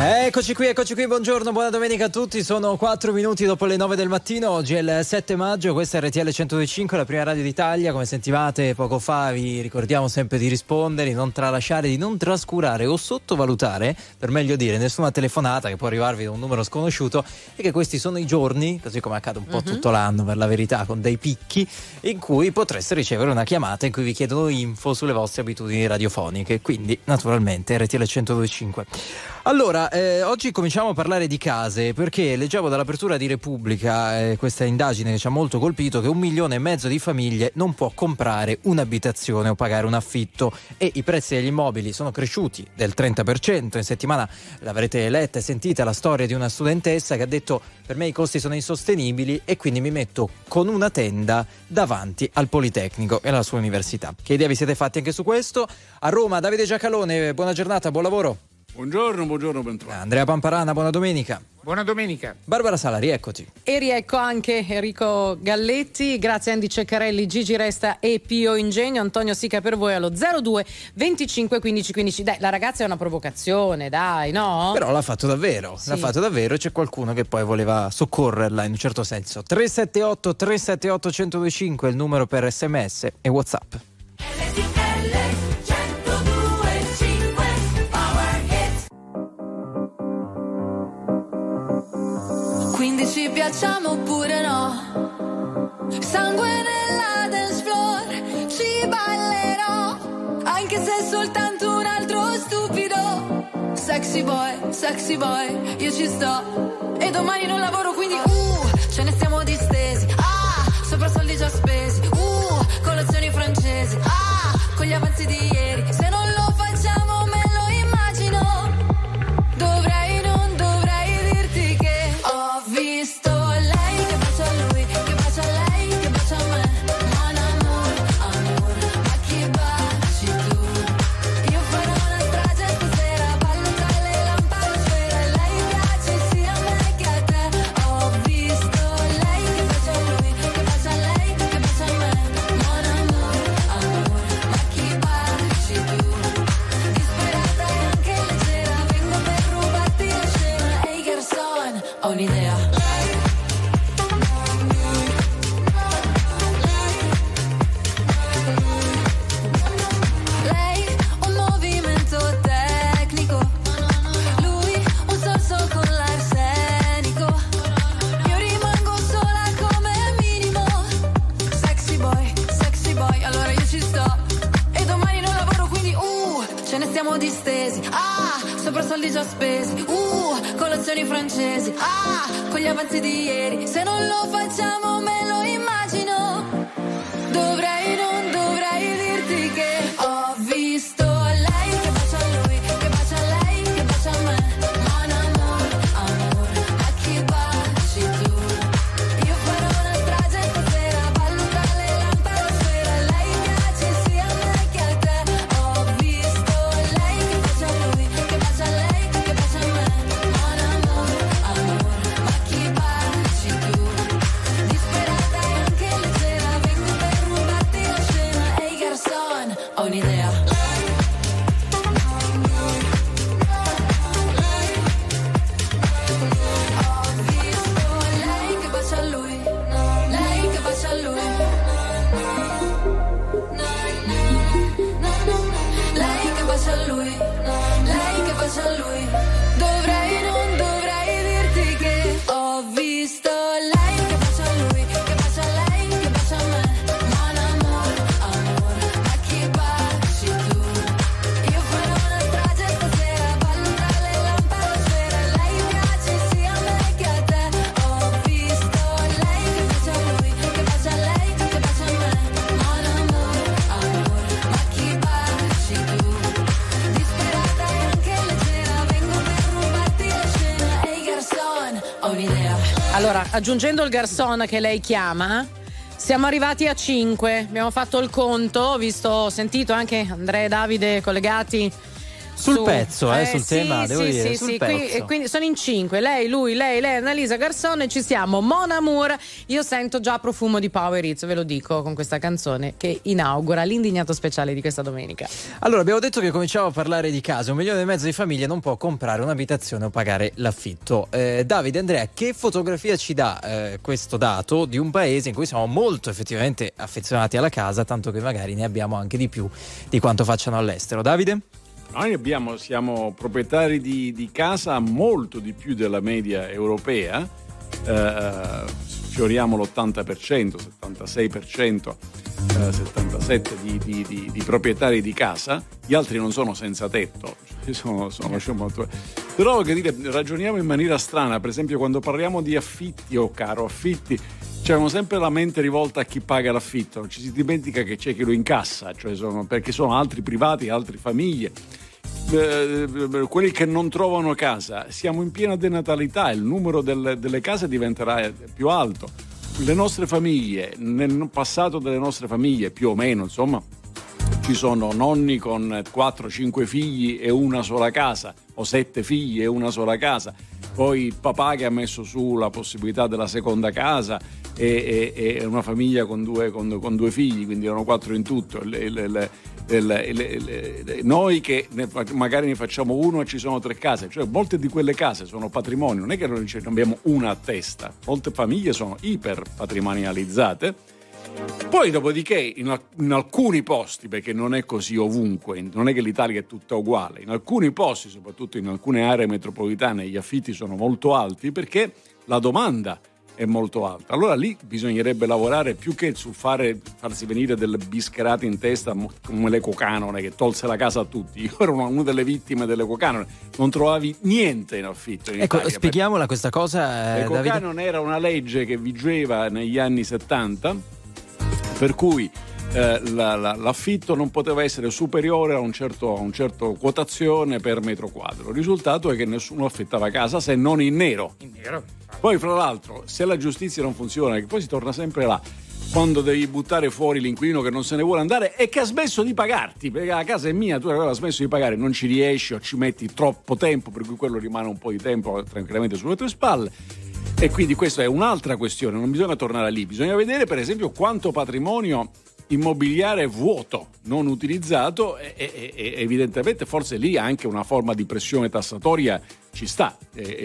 Eccoci qui, buongiorno, buona domenica a tutti. Sono 4 minuti dopo le 9 del mattino. Oggi è il 7 maggio, questa è RTL 102.5, la prima radio d'Italia. Come sentivate poco fa, vi ricordiamo sempre di rispondere, di non tralasciare, di non trascurare o sottovalutare, per meglio dire, nessuna telefonata che può arrivarvi da un numero sconosciuto, e che questi sono i giorni, così come accade un po' tutto l'anno per la verità, con dei picchi, in cui potreste ricevere una chiamata in cui vi chiedono info sulle vostre abitudini radiofoniche. Quindi, naturalmente, RTL 102.5. Allora, oggi cominciamo a parlare di case, perché leggevo dall'apertura di Repubblica questa indagine che ci ha molto colpito, che 1,5 milioni di famiglie non può comprare un'abitazione o pagare un affitto, e i prezzi degli immobili sono cresciuti del 30%. In settimana l'avrete letta e sentita la storia di una studentessa che ha detto: per me i costi sono insostenibili e quindi mi metto con una tenda davanti al Politecnico e alla sua università. Che idea vi siete fatti anche su questo? A Roma, Davide Giacalone, buona giornata, buon lavoro. Buongiorno, ben trovato. Andrea Pamparana, buona domenica. Buona domenica. Barbara Sala, rieccoci. E riecco anche Enrico Galletti, grazie a Andy Ceccarelli, Gigi Resta e Pio Ingegno. Antonio Sica per voi allo 02 25 15 15. Dai, la ragazza è una provocazione, dai, no? Però l'ha fatto davvero, sì. L'ha fatto davvero, c'è qualcuno che poi voleva soccorrerla in un certo senso. 378 378 1025 è il numero per SMS e WhatsApp. Quindi ci piacciamo oppure no? Sangue nella dance floor, ci ballerò, anche se è soltanto un altro stupido. Sexy boy, io ci sto. E domani non lavoro, quindi ce ne stiamo distesi. Sopra soldi già spesi. Colazioni francesi. Con gli avanzi di ieri. Se non lo facciamo me lo immagino. Non dovrei dirti che ho visto lei che bacia a lui, che bacia a lei, che bacia a me. Mon amour, ma chi baci tu? Io farò una strage stasera, ballo tra le lampade, lei piace sia a me che a te. Ho visto lei che bacia a lui, che bacia a lei, che bacia a me. Mon amour, ma chi baci tu? Disperata e anche leggera, vengo per rubarti la scena. Ehi garçon, ho un'idea. Lei un movimento tecnico, lui un sorso con l'arsenico. Io rimango sola come minimo. Sexy boy, allora io ci sto. E domani non lavoro, quindi ce ne stiamo distesi. Sopra soldi già spesi. Colazioni francesi. Con gli avanzi di ieri. Se non lo facciamo me lo immagino. Non dovrei dirti che ho visto lei che bacia a lui, che bacia a lei, che bacia a me. Mon amour, ma chi baci tu? Io farò una strage stasera, ballo tra le lampade, lei piace sia a me che a te. Ho visto lei che bacia a lui, che bacia a lei, che bacia a me. Mon amour, ma chi baci tu? Disperata e anche leggera, vengo per rubarti la scena. Ehi garçon, ho un'idea. Ho visto lei che bacia a lui, lei che bacia a lui. Lei che bacia a lui, lei che bacia a lui. Non dovrei dirti che ho visto lei che bacia a lui, che bacia a lei, che bacia a me. Mon amour, ma chi baci tu? Io farò una strage stasera, ballo tra le lampade, lei piace sia a me che a te. Ho visto lei che bacia a lui, che bacia a lei, che bacia a me. Mon amour, ma chi baci tu? Disperata e anche leggera, vengo per rubarti la scena. Ehi garçon, ho un'idea. Allora, aggiungendo il garçon che lei chiama, siamo arrivati a 5. Abbiamo fatto il conto, ho sentito anche Andrea e Davide collegati sul pezzo, sul tema, devo dire, sul pezzo. Quindi sono in 5, lei, lui, lei, Annalisa Garçon, e ci siamo. Mon Amour, io sento già profumo di Power Hits, ve lo dico, con questa canzone che inaugura l'indignato speciale di questa domenica. Allora, abbiamo detto che cominciamo a parlare di case. 1,5 milioni di famiglie non può comprare un'abitazione o pagare l'affitto. Davide, Andrea, che fotografia ci dà questo dato di un paese in cui siamo molto effettivamente affezionati alla casa, tanto che magari ne abbiamo anche di più di quanto facciano all'estero? Davide? Noi siamo proprietari di casa molto di più della media europea, fioriamo l'80%, 76%, 77% di proprietari di casa, gli altri non sono senza tetto, però che dire, ragioniamo in maniera strana. Per esempio, quando parliamo di affitti o caro affitti, c'è sempre la mente rivolta a chi paga l'affitto, ci si dimentica che c'è chi lo incassa, perché sono altri privati, altre famiglie, quelli che non trovano casa. Siamo in piena denatalità, il numero delle case diventerà più alto. Le nostre famiglie, nel passato delle nostre famiglie, più o meno, insomma, ci sono nonni con 4-5 figli e una sola casa, o 7 figli e una sola casa. Poi il papà che ha messo su la possibilità della seconda casa e una famiglia con due figli, quindi erano 4 in tutto. Noi che magari ne facciamo uno e ci sono 3 case, cioè molte di quelle case sono patrimonio, non è che noi abbiamo una a testa, molte famiglie sono iper patrimonializzate. Poi dopodiché in alcuni posti, perché non è così ovunque, non è che l'Italia è tutta uguale, in alcuni posti, soprattutto in alcune aree metropolitane, gli affitti sono molto alti perché la domanda è molto alta. Allora lì bisognerebbe lavorare più che su farsi venire delle bischerate in testa come l'ecocanone che tolse la casa a tutti. Io ero una delle vittime dell'ecocanone, non trovavi niente in affitto in Italia. Spieghiamola questa cosa. L'ecocanone era una legge che vigeva negli anni 70, per cui l'affitto non poteva essere superiore a un certo quotazione per metro quadro. Il risultato è che nessuno affittava casa se non in nero. Poi, fra l'altro, se la giustizia non funziona, che poi si torna sempre là, quando devi buttare fuori l'inquilino che non se ne vuole andare e che ha smesso di pagarti, perché la casa è mia, tu aveva smesso di pagare, non ci riesci o ci metti troppo tempo, per cui quello rimane un po' di tempo tranquillamente sulle tue spalle. E quindi questa è un'altra questione, non bisogna tornare lì, bisogna vedere per esempio quanto patrimonio immobiliare vuoto, non utilizzato, e evidentemente forse lì anche una forma di pressione tassatoria ci sta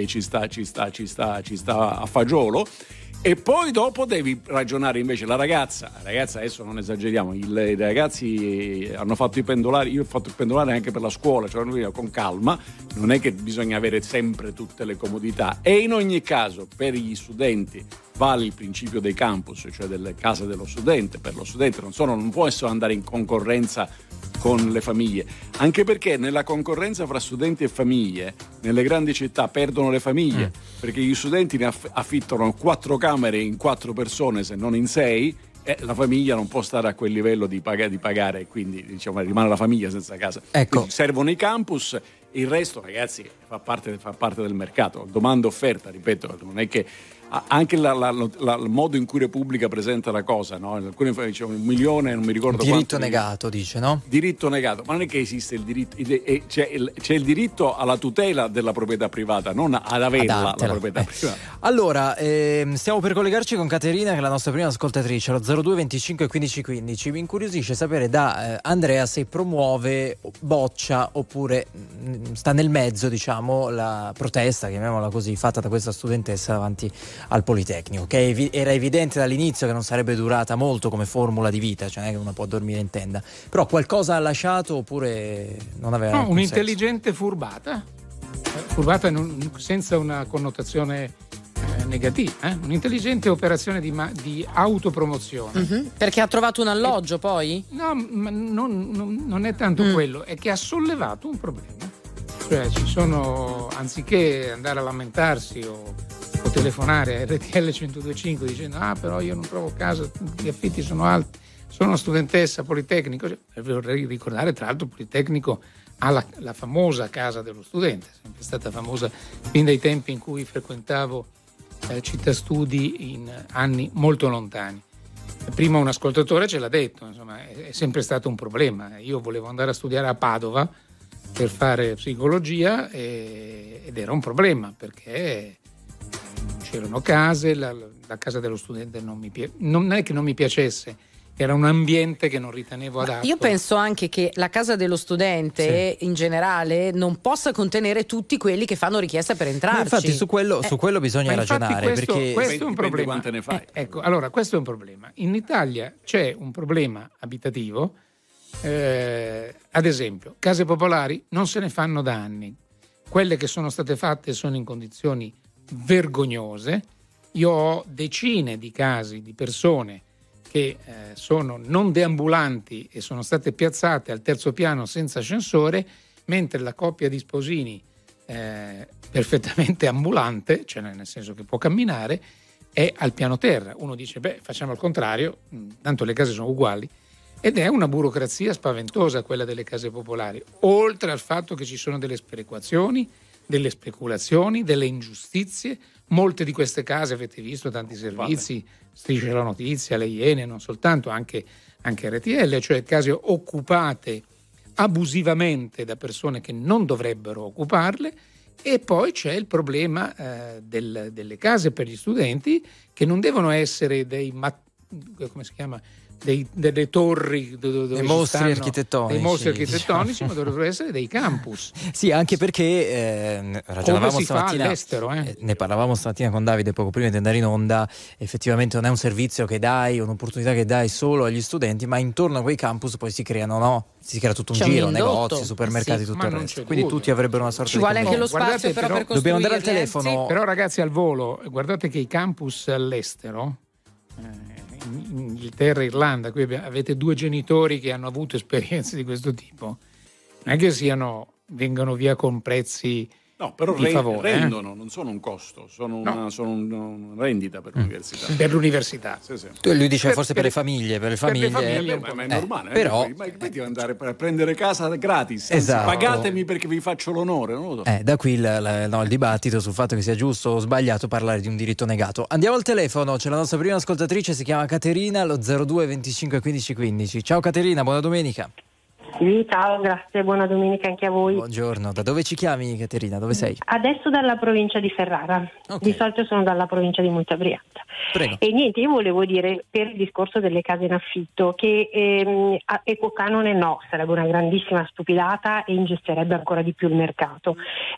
a fagiolo. E poi dopo devi ragionare invece la ragazza adesso non esageriamo, i ragazzi hanno fatto i pendolari, io ho fatto il pendolare anche per la scuola, cioè con calma, non è che bisogna avere sempre tutte le comodità, e in ogni caso per gli studenti vale il principio dei campus, cioè delle case dello studente. Per lo studente non può andare in concorrenza con le famiglie, anche perché nella concorrenza fra studenti e famiglie nelle grandi città perdono le famiglie, perché gli studenti ne affittano 4 camere in 4 persone se non in 6, e la famiglia non può stare a quel livello di pagare, quindi rimane la famiglia senza casa. Quindi servono i campus, il resto ragazzi fa parte del mercato, domanda offerta, ripeto, non è che anche il modo in cui Repubblica presenta la cosa, no? Alcuni dicevano 1 milione, non mi ricordo diritto negato, dice, no? Diritto negato, ma non è che esiste il diritto, c'è il diritto alla tutela della proprietà privata, non ad averla la proprietà privata. Allora, stiamo per collegarci con Caterina, che è la nostra prima ascoltatrice, allo 02 25 15 15. Mi incuriosisce sapere da Andrea se promuove, boccia oppure sta nel mezzo, la protesta, chiamiamola così, fatta da questa studentessa davanti al Politecnico, che era evidente dall'inizio che non sarebbe durata molto come formula di vita, cioè non è che uno può dormire in tenda, però qualcosa ha lasciato oppure non aveva un'intelligente furbata senza una connotazione negativa, un'intelligente operazione di autopromozione. Perché ha trovato un alloggio poi? No, ma non è tanto quello, è che ha sollevato un problema, cioè ci sono, anziché andare a lamentarsi o telefonare a RTL 102.5 dicendo però io non trovo casa, gli affitti sono alti, sono studentessa Politecnico, vorrei ricordare tra l'altro Politecnico ha la famosa casa dello studente, sempre stata famosa fin dai tempi in cui frequentavo Città Studi in anni molto lontani. Prima un ascoltatore ce l'ha detto, insomma è sempre stato un problema. Io volevo andare a studiare a Padova per fare psicologia ed era un problema perché c'erano case, la casa dello studente non è che non mi piacesse, era un ambiente che non ritenevo adatto. Io penso anche che la casa dello studente in generale non possa contenere tutti quelli che fanno richiesta per entrarci. Ma infatti su quello bisogna ragionare, perché questo è un problema. Quante ne fai? Ecco, allora questo è un problema. In Italia c'è un problema abitativo, ad esempio, case popolari non se ne fanno da anni. Quelle che sono state fatte sono in condizioni vergognose. Io ho decine di casi di persone che sono non deambulanti e sono state piazzate al terzo piano senza ascensore, mentre la coppia di sposini perfettamente ambulante, cioè nel senso che può camminare, è al piano terra. Uno dice facciamo al contrario, tanto le case sono uguali, ed è una burocrazia spaventosa quella delle case popolari, oltre al fatto che ci sono delle sperequazioni, delle speculazioni, delle ingiustizie. Molte di queste case, avete visto tanti servizi, Striscia la Notizia, le Iene, non soltanto, anche RTL, cioè case occupate abusivamente da persone che non dovrebbero occuparle. E poi c'è il problema delle case per gli studenti, che non devono essere come si chiama? Delle torri dei mostri architettonici, ma dovrebbero essere dei campus. Sì, anche perché ragionavamo stamattina all'estero, ne parlavamo stamattina con Davide poco prima di andare in onda. Effettivamente non è un servizio che dai, un'opportunità che dai solo agli studenti, ma intorno a quei campus poi si crea tutto un giro, negozi, supermercati, tutto il resto. Quindi tutti avrebbero una sorta ci di vuole anche lo spazio però per costruire. Dobbiamo andare al telefono. Sì. Però ragazzi, al volo, guardate che i campus all'estero, in Inghilterra e Irlanda, qui avete due genitori che hanno avuto esperienze di questo tipo, non è che vengano via con prezzi però di favore, rendono, non sono un costo, sono una rendita per l'università. Per l'università. Sì. Lui dice forse per le famiglie. Ma è normale, però devo andare a prendere casa gratis. Esatto. Pagatemi perché vi faccio l'onore, non lo so. Da qui il dibattito sul fatto che sia giusto o sbagliato parlare di un diritto negato. Andiamo al telefono, c'è la nostra prima ascoltatrice, si chiama Caterina, allo 02 25 15 15. Ciao Caterina, buona domenica. Sì, ciao, grazie, buona domenica anche a voi. Buongiorno, da dove ci chiami Caterina? Dove sei? Adesso dalla provincia di Ferrara, Di solito sono dalla provincia di Monte Brianza. Prego. E niente, io volevo dire per il discorso delle case in affitto che ecocanone no, sarebbe una grandissima stupidata e ingesterebbe ancora di più il mercato.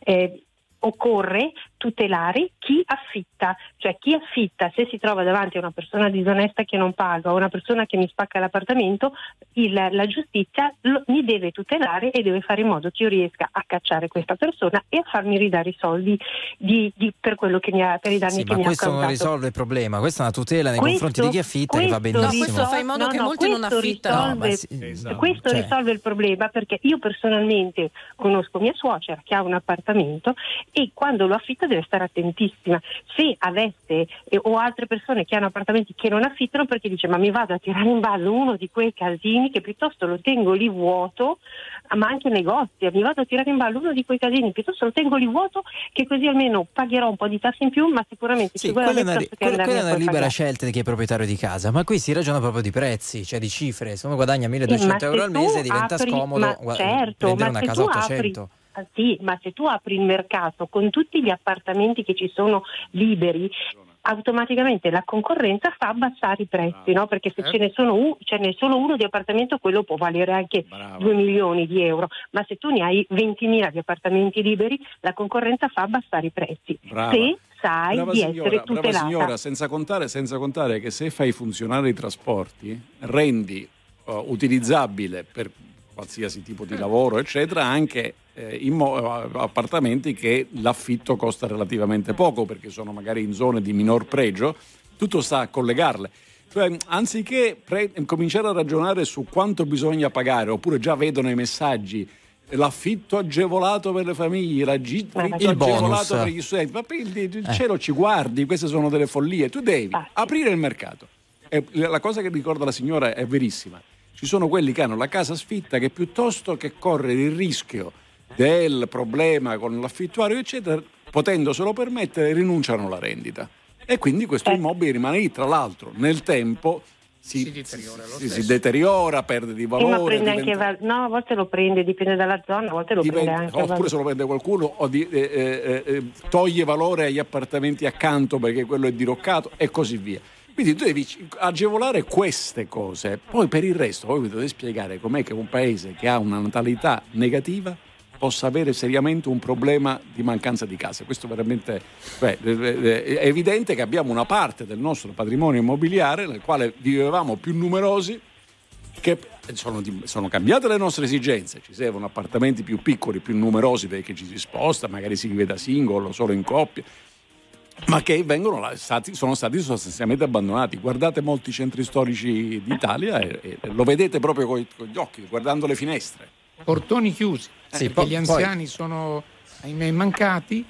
Occorre tutelare chi affitta, cioè chi affitta, se si trova davanti a una persona disonesta che non paga o una persona che mi spacca l'appartamento, la giustizia mi deve tutelare e deve fare in modo che io riesca a cacciare questa persona e a farmi ridare i soldi per quello che per i danni che mi ha causato. Ma questo non risolve il problema, questa è una tutela nei confronti di chi affitta che va benissimo. Questo fa in modo che molti non affittano. Questo risolve il problema, perché io personalmente conosco mia suocera che ha un appartamento e quando lo affitta deve stare attentissima. Se avesse o altre persone che hanno appartamenti che non affittano, perché dice ma mi vado a tirare in ballo uno di quei casini che piuttosto lo tengo lì vuoto, ma anche negozi, mi vado a tirare in ballo uno di quei casini, piuttosto lo tengo lì vuoto, che così almeno pagherò un po' di tasse in più, ma sicuramente sì, quella è una libera scelta di chi è proprietario di casa, ma qui si ragiona proprio di prezzi, cioè di cifre. Se uno guadagna 1.200 euro al mese diventa scomodo prendere una casa a 800. Sì, ma se tu apri il mercato con tutti gli appartamenti che ci sono liberi, automaticamente la concorrenza fa abbassare i prezzi, no? Perché se ce n'è solo uno di appartamento, quello può valere anche 2 milioni di euro, ma se tu ne hai 20.000 di appartamenti liberi, la concorrenza fa abbassare i prezzi. Se sai di essere tutelata. Brava signora, senza contare che se fai funzionare i trasporti, rendi utilizzabile per qualsiasi tipo di lavoro, eccetera, anche appartamenti che l'affitto costa relativamente poco, perché sono magari in zone di minor pregio. Tutto sta a collegarle. Cioè, anziché cominciare a ragionare su quanto bisogna pagare, oppure già vedono i messaggi, l'affitto agevolato per le famiglie, l'affitto agevolato per gli studenti, ma il cielo ci guardi, queste sono delle follie. Tu devi aprire il mercato. E la cosa che ricorda la signora è verissima. Ci sono quelli che hanno la casa sfitta, che piuttosto che correre il rischio del problema con l'affittuario eccetera, potendoselo permettere, rinunciano alla rendita, e quindi questo immobile rimane lì. Tra l'altro nel tempo si deteriora lo stesso. Si deteriora, perde di valore. Ma prende anche a volte lo prende, dipende dalla zona, a volte lo prende anche. Oppure se lo prende qualcuno o toglie valore agli appartamenti accanto perché quello è diroccato e così via. Quindi tu devi agevolare queste cose, poi per il resto poi vi dovete spiegare com'è che un paese che ha una natalità negativa possa avere seriamente un problema di mancanza di case. Questo veramente è evidente che abbiamo una parte del nostro patrimonio immobiliare nel quale vivevamo più numerosi, che sono cambiate le nostre esigenze, ci servono appartamenti più piccoli, più numerosi perché ci si sposta, magari si vive da singolo o solo in coppia, ma che sono stati sostanzialmente abbandonati. Guardate molti centri storici d'Italia e lo vedete proprio con gli occhi, guardando le finestre. Portoni chiusi, perché gli anziani sono, ahimè, mancati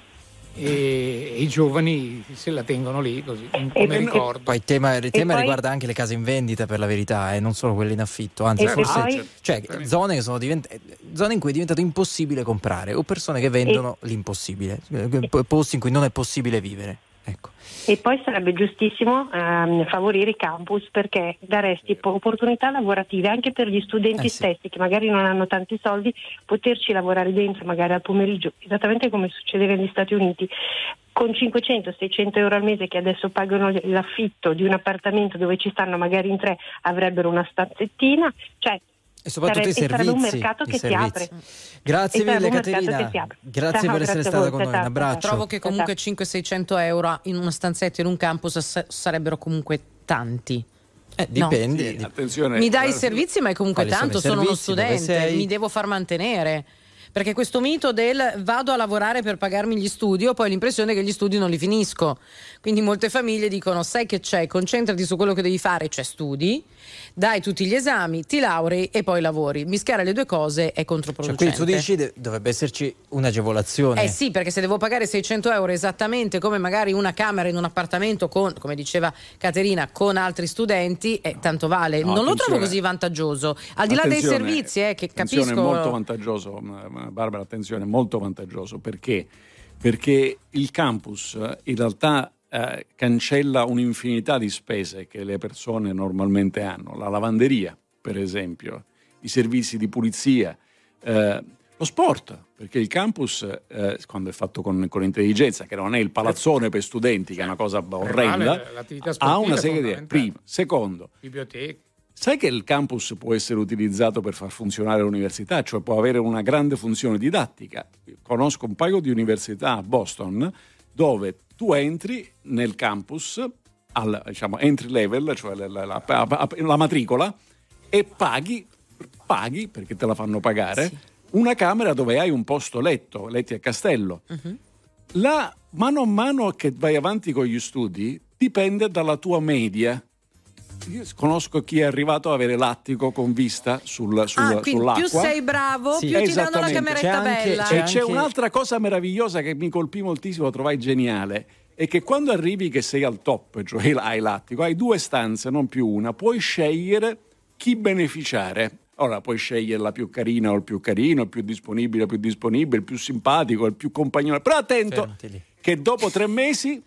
e i giovani se la tengono lì così, come ricordo. Poi il tema riguarda anche le case in vendita, per la verità, e non solo quelle in affitto, anzi forse zone che sono zone in cui è diventato impossibile comprare, o persone che vendono l'impossibile, posti in cui non è possibile vivere, ecco. E poi sarebbe giustissimo favorire i campus, perché daresti opportunità lavorative anche per gli studenti stessi che magari non hanno tanti soldi, poterci lavorare dentro magari al pomeriggio, esattamente come succedeva negli Stati Uniti, con 500-600 euro al mese che adesso pagano l'affitto di un appartamento dove ci stanno magari in 3, avrebbero una stanzettina, cioè e soprattutto i servizi, un mercato che si apre. Grazie mille Caterina, grazie per essere stata con noi, un abbraccio. Trovo che comunque 500-600 euro in una stanzetta in un campus sarebbero comunque tanti. Dipende. Sì, attenzione, mi dai i servizi, ma è comunque tanto, sono uno studente, mi devo far mantenere. Perché questo mito del vado a lavorare per pagarmi gli studi, ho poi l'impressione che gli studi non li finisco. Quindi molte famiglie dicono: sai che c'è, concentrati su quello che devi fare, cioè studi, dai tutti gli esami, ti laurei e poi lavori. Mischiare le due cose è controproducente. Quindi tu dici dovrebbe esserci un'agevolazione. Sì, perché se devo pagare 600 euro esattamente come magari una camera in un appartamento con, come diceva Caterina, con altri studenti, tanto vale. Non lo trovo così vantaggioso. Al di là dei servizi, che capisco. È molto vantaggioso, Barbara, attenzione, molto vantaggioso. Perché il campus in realtà cancella un'infinità di spese che le persone normalmente hanno, la lavanderia per esempio, i servizi di pulizia, lo sport, perché il campus quando è fatto con intelligenza, che non è il palazzone per studenti che è una cosa orrenda, ha una serie di prima, secondo, biblioteche. Sai che il campus può essere utilizzato per far funzionare l'università, cioè può avere una grande funzione didattica. Conosco un paio di università a Boston dove tu entri nel campus al entry level, cioè la matricola, e paghi perché te la fanno pagare, una camera dove hai un posto letto, letti a castello. Mano a mano che vai avanti con gli studi dipende dalla tua media. Io conosco chi è arrivato ad avere l'attico con vista sull'acqua. Più sei bravo, più ti danno la cameretta bella. E c'è un'altra cosa meravigliosa che mi colpì moltissimo, lo trovai geniale, è che quando arrivi che sei al top, cioè hai l'attico, hai 2 stanze, non più una, puoi scegliere chi beneficiare. Ora puoi scegliere la più carina o il più carino, il più disponibile, il più simpatico, il più compagnone. Però attento che dopo 3 mesi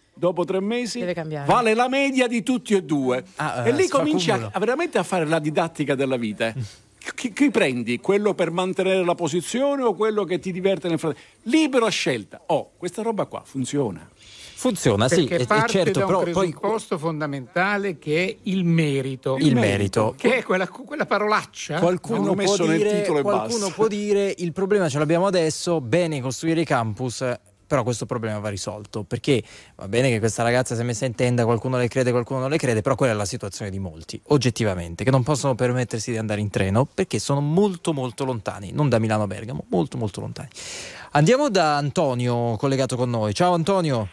vale la media di tutti e 2. E lì cominci veramente a fare la didattica della vita. Chi prendi? Quello per mantenere la posizione o quello che ti diverte nel frattempo? Libera scelta. Questa roba qua funziona. Funziona, perché sì, parte certo, da un presupposto fondamentale che è il merito. Il merito. Che è quella parolaccia. Qualcuno può dire il problema ce l'abbiamo adesso, bene costruire i campus, però questo problema va risolto, perché va bene che questa ragazza si è messa in tenda, qualcuno le crede, qualcuno non le crede, però quella è la situazione di molti, oggettivamente, che non possono permettersi di andare in treno perché sono molto molto lontani, non da Milano a Bergamo, molto molto lontani. Andiamo da Antonio, collegato con noi. Ciao Antonio.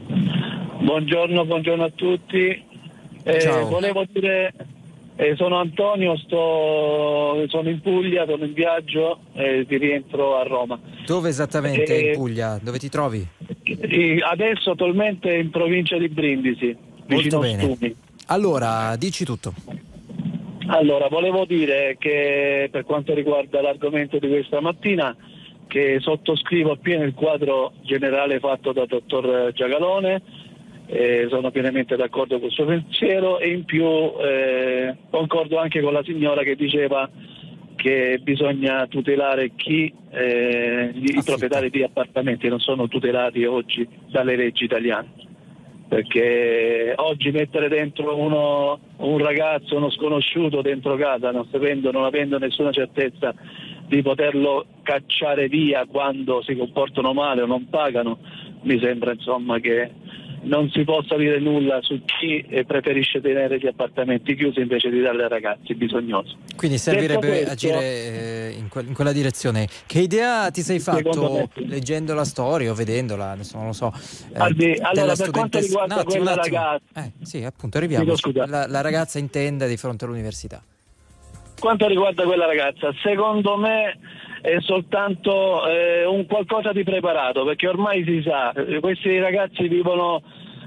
Buongiorno a tutti. Ciao. Volevo dire, sono Antonio, sono in Puglia, sono in viaggio e ti rientro a Roma. Dove esattamente in Puglia? Dove ti trovi? Adesso attualmente in provincia di Brindisi, Molto bene. Stumi. Allora, dici tutto. Allora, volevo dire che per quanto riguarda l'argomento di questa mattina, che sottoscrivo appieno il quadro generale fatto da dottor Giagalone, sono pienamente d'accordo con il suo pensiero, e in più concordo anche con la signora che diceva che bisogna tutelare i proprietari di appartamenti che non sono tutelati oggi dalle leggi italiane, perché oggi mettere dentro un ragazzo, uno sconosciuto dentro casa, non avendo nessuna certezza di poterlo cacciare via quando si comportano male o non pagano, mi sembra insomma che non si possa dire nulla su chi preferisce tenere gli appartamenti chiusi invece di darli ai ragazzi bisognosi. Quindi servirebbe agire in quella direzione. Che idea ti sei fatto leggendo la storia o vedendola? Adesso non lo so. Allora, per quanto riguarda quella ragazza, sì, appunto, arriviamo. La ragazza intende di fronte all'università. Quanto riguarda quella ragazza, secondo me è soltanto un qualcosa di preparato, perché ormai si sa, questi ragazzi vogliono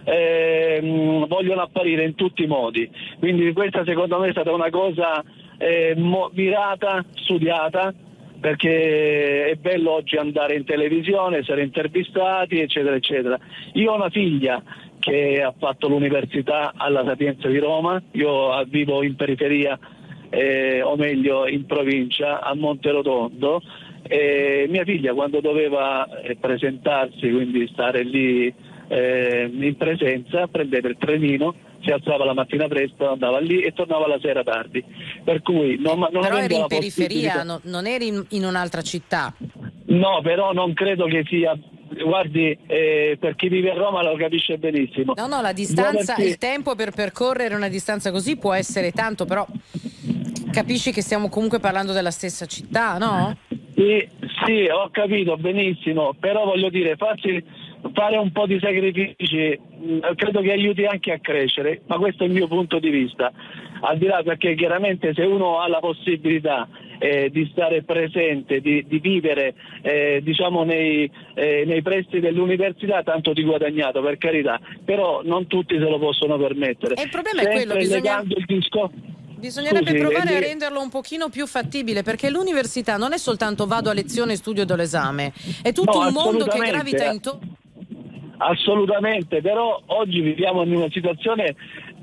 apparire in tutti i modi, quindi questa secondo me è stata una cosa mirata, studiata, perché è bello oggi andare in televisione, essere intervistati, eccetera eccetera. Io ho una figlia che ha fatto l'università alla Sapienza di Roma, io vivo in periferia, o meglio in provincia, a Monterotondo, e mia figlia quando doveva presentarsi, quindi stare lì in presenza, prendeva il trenino, si alzava la mattina presto, andava lì e tornava la sera tardi, per cui però eri in periferia, non eri in un'altra città. No, però non credo che sia, guardi, per chi vive a Roma lo capisce benissimo. No, la distanza, il tempo per percorrere una distanza così può essere tanto, però capisci che stiamo comunque parlando della stessa città, no? Sì, ho capito benissimo, però voglio dire, fare un po' di sacrifici credo che aiuti anche a crescere, ma questo è il mio punto di vista, al di là, perché chiaramente se uno ha la possibilità di stare presente, di vivere diciamo nei pressi dell'università, tanto di guadagnato, per carità, però non tutti se lo possono permettere. E il problema è quello, bisognerebbe provare a renderlo un pochino più fattibile, perché l'università non è soltanto vado a lezione e studio do l'esame, è tutto un mondo che gravita intorno. Assolutamente, però oggi viviamo in una situazione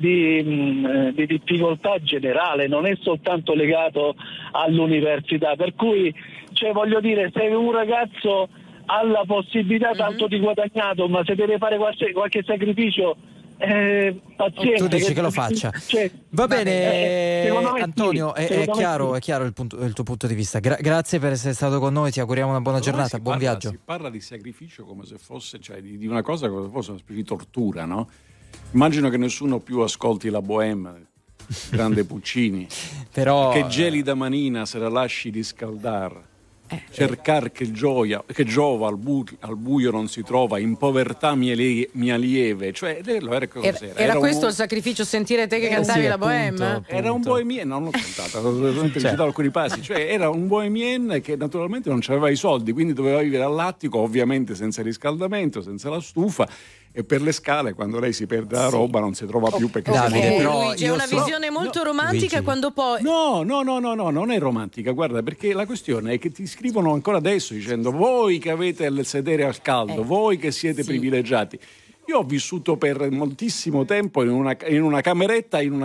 di difficoltà generale, non è soltanto legato all'università, per cui voglio dire, se un ragazzo ha la possibilità tanto di guadagnato, ma se deve fare qualche sacrificio, pazienza, tu dici che lo faccia. Va bene, Antonio, è chiaro il tuo punto di vista. Grazie per essere stato con noi, ti auguriamo una buona giornata, buon viaggio. Si parla di sacrificio come se fosse, di una cosa come se fosse una specie di tortura, no? Immagino che nessuno più ascolti la Bohème, grande Puccini, però che gelida manina se la lasci riscaldar. Cercar che giova al buio non si trova, in povertà mia lieve, cioè era questo il sacrificio, sentire te che cantavi la Bohème? Appunto. Era un bohemien, non l'ho cantata, ho citato alcuni passi, cioè era un bohemien che naturalmente non aveva i soldi, quindi doveva vivere all'attico, ovviamente senza riscaldamento, senza la stufa, e per le scale quando lei si perde la roba non si trova più, perché Luigi, è una visione molto romantica. Luigi. Quando poi no, non è romantica, guarda, perché la questione è che ti scrivono ancora adesso dicendo voi che avete il sedere al caldo, voi che siete privilegiati. Io ho vissuto per moltissimo tempo in una cameretta in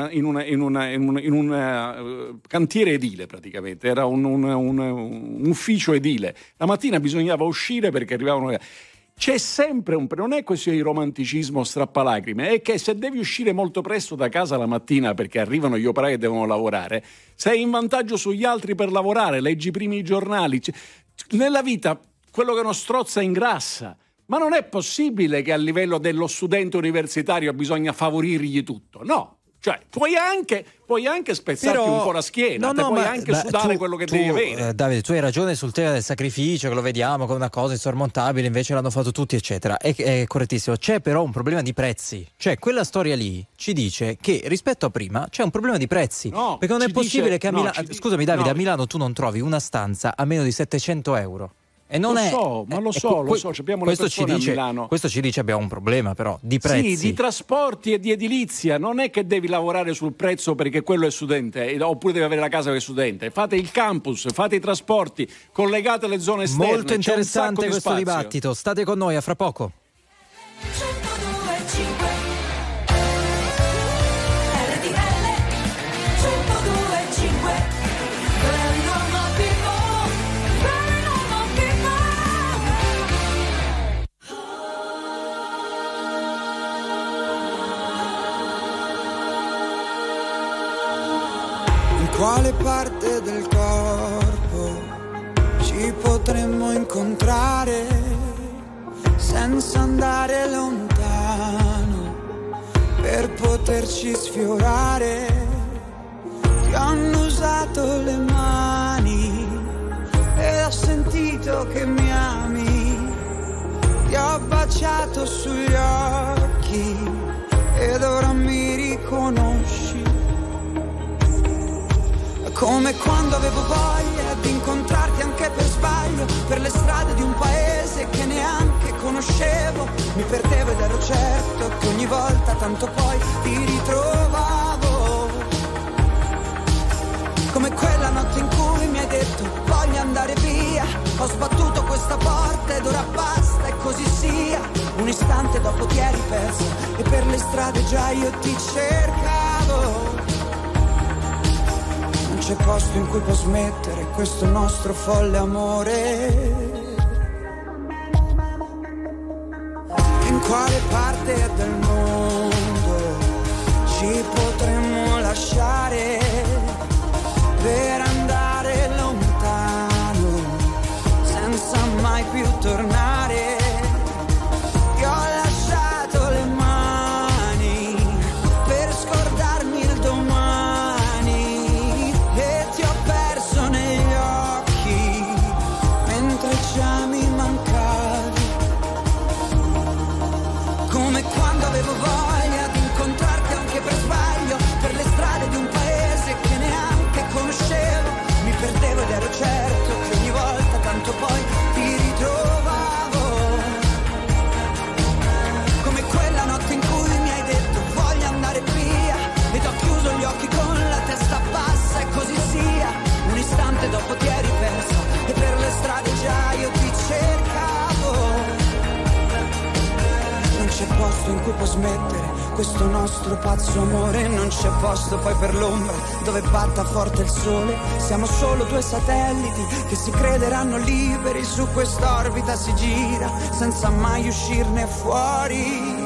un cantiere edile, praticamente era un ufficio edile. La mattina bisognava uscire perché arrivavano. C'è sempre non è questione di romanticismo strappalacrime, è che se devi uscire molto presto da casa la mattina perché arrivano gli operai che devono lavorare, sei in vantaggio sugli altri per lavorare, leggi i primi giornali. Nella vita quello che non strozza ingrassa, ma non è possibile che a livello dello studente universitario bisogna favorirgli tutto, no. Cioè, puoi anche spezzarti un po' la schiena, puoi anche sudare quello che devi avere. Davide, tu hai ragione sul tema del sacrificio, che lo vediamo come una cosa insormontabile, invece l'hanno fatto tutti, eccetera. È correttissimo. C'è però un problema di prezzi. Cioè, quella storia lì ci dice che rispetto a prima c'è un problema di prezzi. No, perché non è possibile che a Milano. Scusami, Davide, a Milano tu non trovi una stanza a meno di 700 euro. E non lo so, abbiamo le persone a Milano. Questo ci dice abbiamo un problema però di prezzi. Sì, di trasporti e di edilizia, non è che devi lavorare sul prezzo perché quello è studente, oppure devi avere la casa che è studente. Fate il campus, fate i trasporti, collegate le zone esterne. Molto interessante questo dibattito. State con noi, a fra poco. 102.5 quale parte del corpo ci potremmo incontrare senza andare lontano per poterci sfiorare. Ti hanno usato le mani e ho sentito che mi ami, ti ho baciato sugli occhi ed ora mi riconosci. Come quando avevo voglia di incontrarti anche per sbaglio, per le strade di un paese che neanche conoscevo. Mi perdevo ed ero certo che ogni volta tanto poi ti ritrovavo. Come quella notte in cui mi hai detto voglio andare via, ho sbattuto questa porta ed ora basta e così sia. Un istante dopo ti eri persa e per le strade già io ti cercavo. Non c'è posto in cui può smettere questo nostro folle amore. In quale parte del mondo ci potremmo lasciare per andare lontano senza mai più tornare? Ti ho lasciato le mani per scordarmi il domani e ti ho perso negli occhi mentre già mi mancavi. Come quando avevo voglia di incontrarti anche per sbaglio, per le strade di un paese che neanche conoscevo. Mi perdevo ed ero certo che ogni volta tanto poi ti ritrovavo. Come quella notte in cui mi hai detto voglio andare via ed ho chiuso gli occhi con la testa bassa e così sia. Un istante dopo ti eri persa e per le strade già io ti cercavo. Non c'è posto in cui può smettere questo nostro pazzo amore, non c'è posto poi per l'ombra dove batta forte il sole. Siamo solo due satelliti che si crederanno liberi, su quest'orbita si gira senza mai uscirne fuori.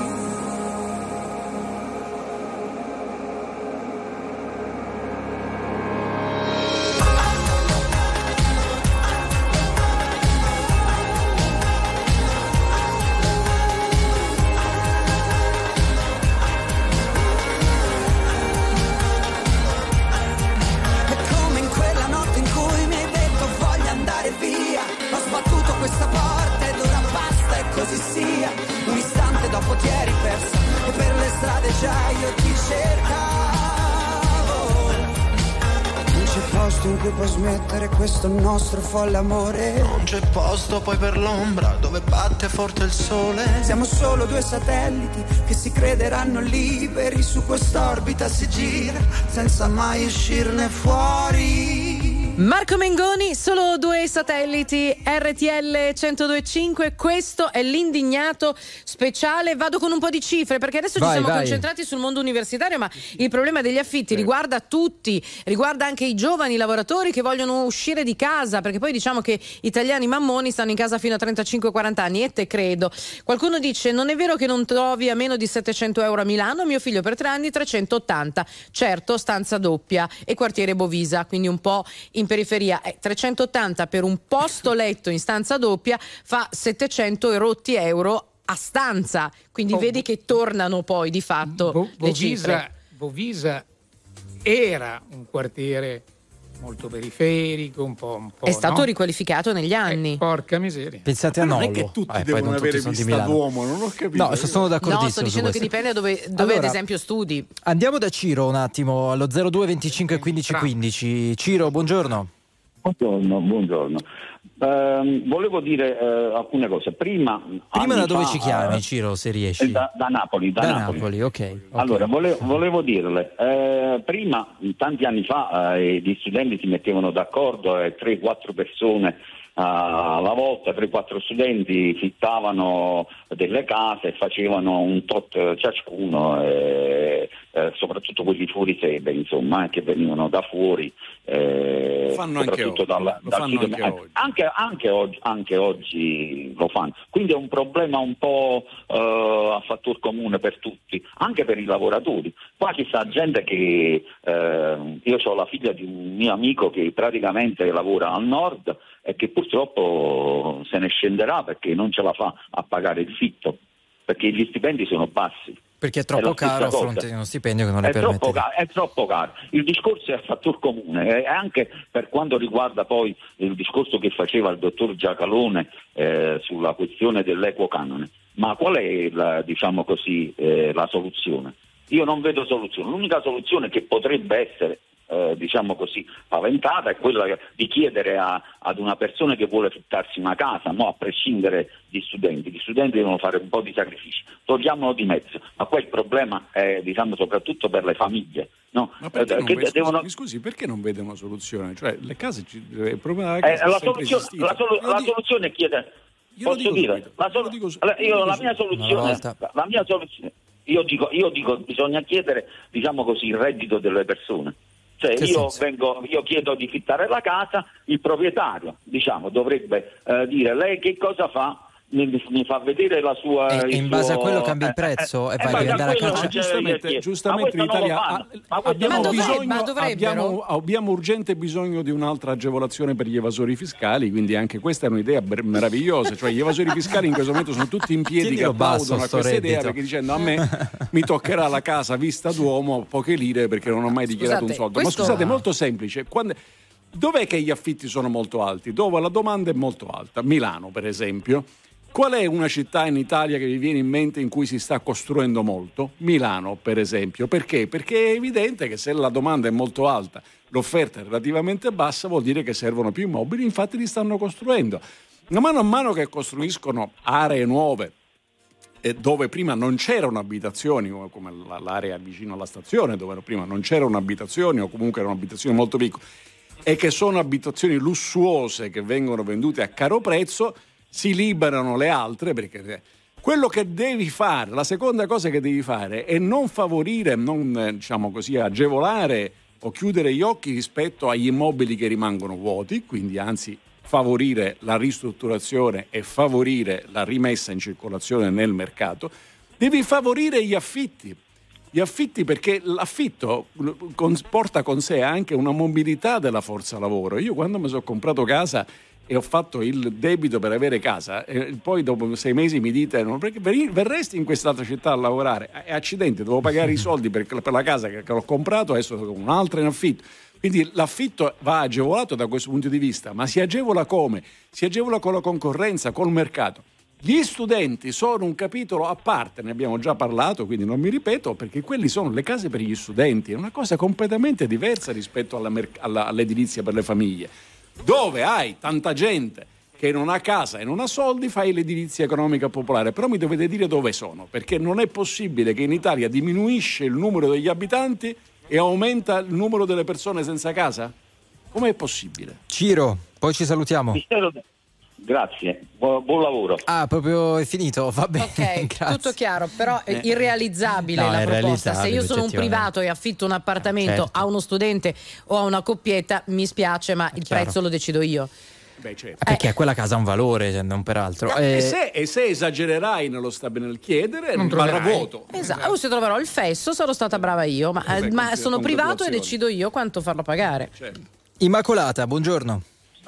Questo nostro folle amore. Non c'è posto poi per l'ombra dove batte forte il sole. Siamo solo due satelliti che si crederanno liberi, su quest'orbita si gira senza mai uscirne fuori. Marco Mengoni, solo due satelliti, RTL 102.5, questo è l'indignato speciale. Vado con un po' di cifre perché adesso ci siamo concentrati sul mondo universitario, ma il problema degli affitti riguarda tutti, riguarda anche i giovani lavoratori che vogliono uscire di casa, perché poi diciamo che italiani mammoni stanno in casa fino a 35-40 anni e te credo. Qualcuno dice non è vero che non trovi a meno di 700 euro a Milano, mio figlio per 3 anni 380, certo stanza doppia e quartiere Bovisa, quindi un po' in periferia. 380 per un posto letto in stanza doppia fa 700 erotti euro a stanza, quindi vedi che tornano poi di fatto le cifre. Bovisa era un quartiere molto periferico, un po'. È stato riqualificato negli anni. Porca miseria. Pensate a Nollo. Non è che tutti devono avere vista d'uomo, non ho capito. No, sono d'accordissimo. No, sto dicendo che dipende da dove allora, ad esempio studi. Andiamo da Ciro un attimo allo 02 25 15 15. Ciro, buongiorno. Buongiorno. Volevo dire alcune cose. Prima da dove ci chiami, Ciro, se riesci? Da Napoli. Da Napoli, ok. Allora, volevo dirle, prima, tanti anni fa, gli studenti si mettevano d'accordo, 3-4 persone alla volta 3-4 studenti fittavano delle case e facevano un tot ciascuno, soprattutto quelli fuori sede, insomma, che venivano da fuori. Fanno anche oggi. Anche oggi lo fanno. Quindi è un problema un po' a fattor comune per tutti, anche per i lavoratori. Qua ci sta gente che io ho la figlia di un mio amico che praticamente lavora al nord e che purtroppo se ne scenderà perché non ce la fa a pagare il fitto, perché gli stipendi sono bassi. Perché è troppo caro a fronte di uno stipendio che non le permette. È troppo caro. Il discorso è a fattor comune, anche per quanto riguarda poi il discorso che faceva il dottor Giacalone sulla questione dell'equo canone. Ma qual è la soluzione? Io non vedo soluzione. L'unica soluzione che potrebbe essere paventata è quella di chiedere ad una persona che vuole fittarsi una casa, a prescindere gli studenti devono fare un po' di sacrifici, togliamolo di mezzo, ma poi il problema è soprattutto per le famiglie, no? Ma perché scusi, perché non vede una soluzione? Cioè le case il problema della casa la soluzione è chiedere. Posso dire? La mia soluzione, io dico bisogna chiedere il reddito delle persone. Cioè io chiedo di fittare la casa, il proprietario dovrebbe dire lei che cosa fa, mi fa vedere la sua e in base a quello cambia il prezzo e vai a diventare la caccia. Giustamente in Italia abbiamo urgente bisogno di un'altra agevolazione per gli evasori fiscali, quindi anche questa è un'idea meravigliosa, cioè gli evasori fiscali in questo momento sono tutti in piedi che applaudono a questa idea, perché dicendo a me mi toccherà la casa vista d'uomo, poche lire perché non ho mai dichiarato un soldo. Ma scusate, è molto semplice. Dov'è che gli affitti sono molto alti? Dove la domanda è molto alta? Milano, per esempio. Qual è una città in Italia che vi viene in mente in cui si sta costruendo molto? Milano, per esempio. Perché? Perché è evidente che se la domanda è molto alta, l'offerta è relativamente bassa, vuol dire che servono più immobili, infatti li stanno costruendo. Man mano che costruiscono aree nuove, dove prima non c'erano abitazioni, come l'area vicino alla stazione, dove prima non c'erano abitazioni o comunque erano abitazioni molto piccole, e che sono abitazioni lussuose che vengono vendute a caro prezzo, si liberano le altre, perché quello che devi fare, la seconda cosa che devi fare è non favorire, non agevolare o chiudere gli occhi rispetto agli immobili che rimangono vuoti, quindi anzi favorire la ristrutturazione e favorire la rimessa in circolazione nel mercato. Devi favorire gli affitti perché l'affitto porta con sé anche una mobilità della forza lavoro. Io quando mi sono comprato casa e ho fatto il debito per avere casa, e poi dopo 6 mesi mi dite perché verresti in quest'altra città a lavorare, accidenti, devo pagare i soldi per la casa che ho comprato, adesso ho un'altra in affitto. Quindi l'affitto va agevolato da questo punto di vista, ma si agevola come? Si agevola con la concorrenza, col mercato. Gli studenti sono un capitolo a parte, ne abbiamo già parlato, quindi non mi ripeto, perché quelli sono le case per gli studenti, è una cosa completamente diversa rispetto all'edilizia per le famiglie. Dove hai tanta gente che non ha casa e non ha soldi, fai l'edilizia economica popolare, però mi dovete dire dove sono, perché non è possibile che in Italia diminuisce il numero degli abitanti e aumenta il numero delle persone senza casa? Com'è possibile? Ciro, poi ci salutiamo. Grazie, buon lavoro. Proprio è finito, va bene. Ok, grazie. Tutto chiaro, però è irrealizzabile la proposta. Se io sono un privato e affitto un appartamento a uno studente o a una coppietta, mi spiace, ma il prezzo lo decido io. Beh, certo. Perché quella casa ha un valore, non per altro. E se esagererai nel chiedere, non barra vuoto. Esatto, se troverò il fesso sarò stata brava io, ma sono privato e decido io quanto farlo pagare. Certo. Immacolata, buongiorno.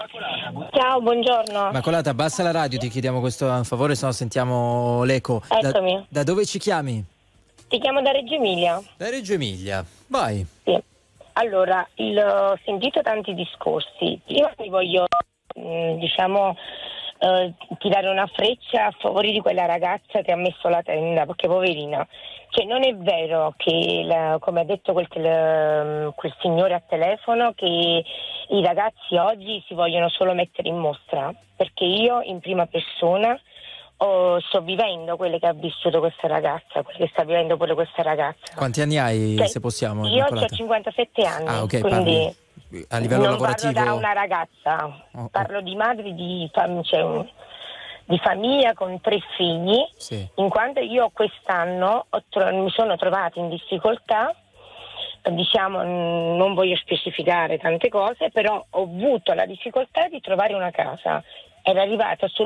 Ciao, buongiorno. Immacolata, abbassa la radio, ti chiediamo questo a favore, se no sentiamo l'eco. Eccomi. Da dove ci chiami? Ti chiamo da Reggio Emilia. Da Reggio Emilia, vai. Sì. Allora, ho sentito tanti discorsi. Prima mi voglio, tirare una freccia a favore di quella ragazza che ha messo la tenda, perché poverina. Cioè, non è vero che, come ha detto quel signore a telefono, che i ragazzi oggi si vogliono solo mettere in mostra, perché io in prima persona sto vivendo quelle che ha vissuto questa ragazza, quelle che sta vivendo pure questa ragazza. Quanti anni hai, se possiamo? Io ho 57 anni, okay, quindi A livello non lavorativo? parlo da una ragazza, parlo di madri di famiglia con 3 figli, sì. In quanto io quest'anno mi sono trovata in difficoltà, diciamo, non voglio specificare tante cose, però ho avuto la difficoltà di trovare una casa. Era arrivata si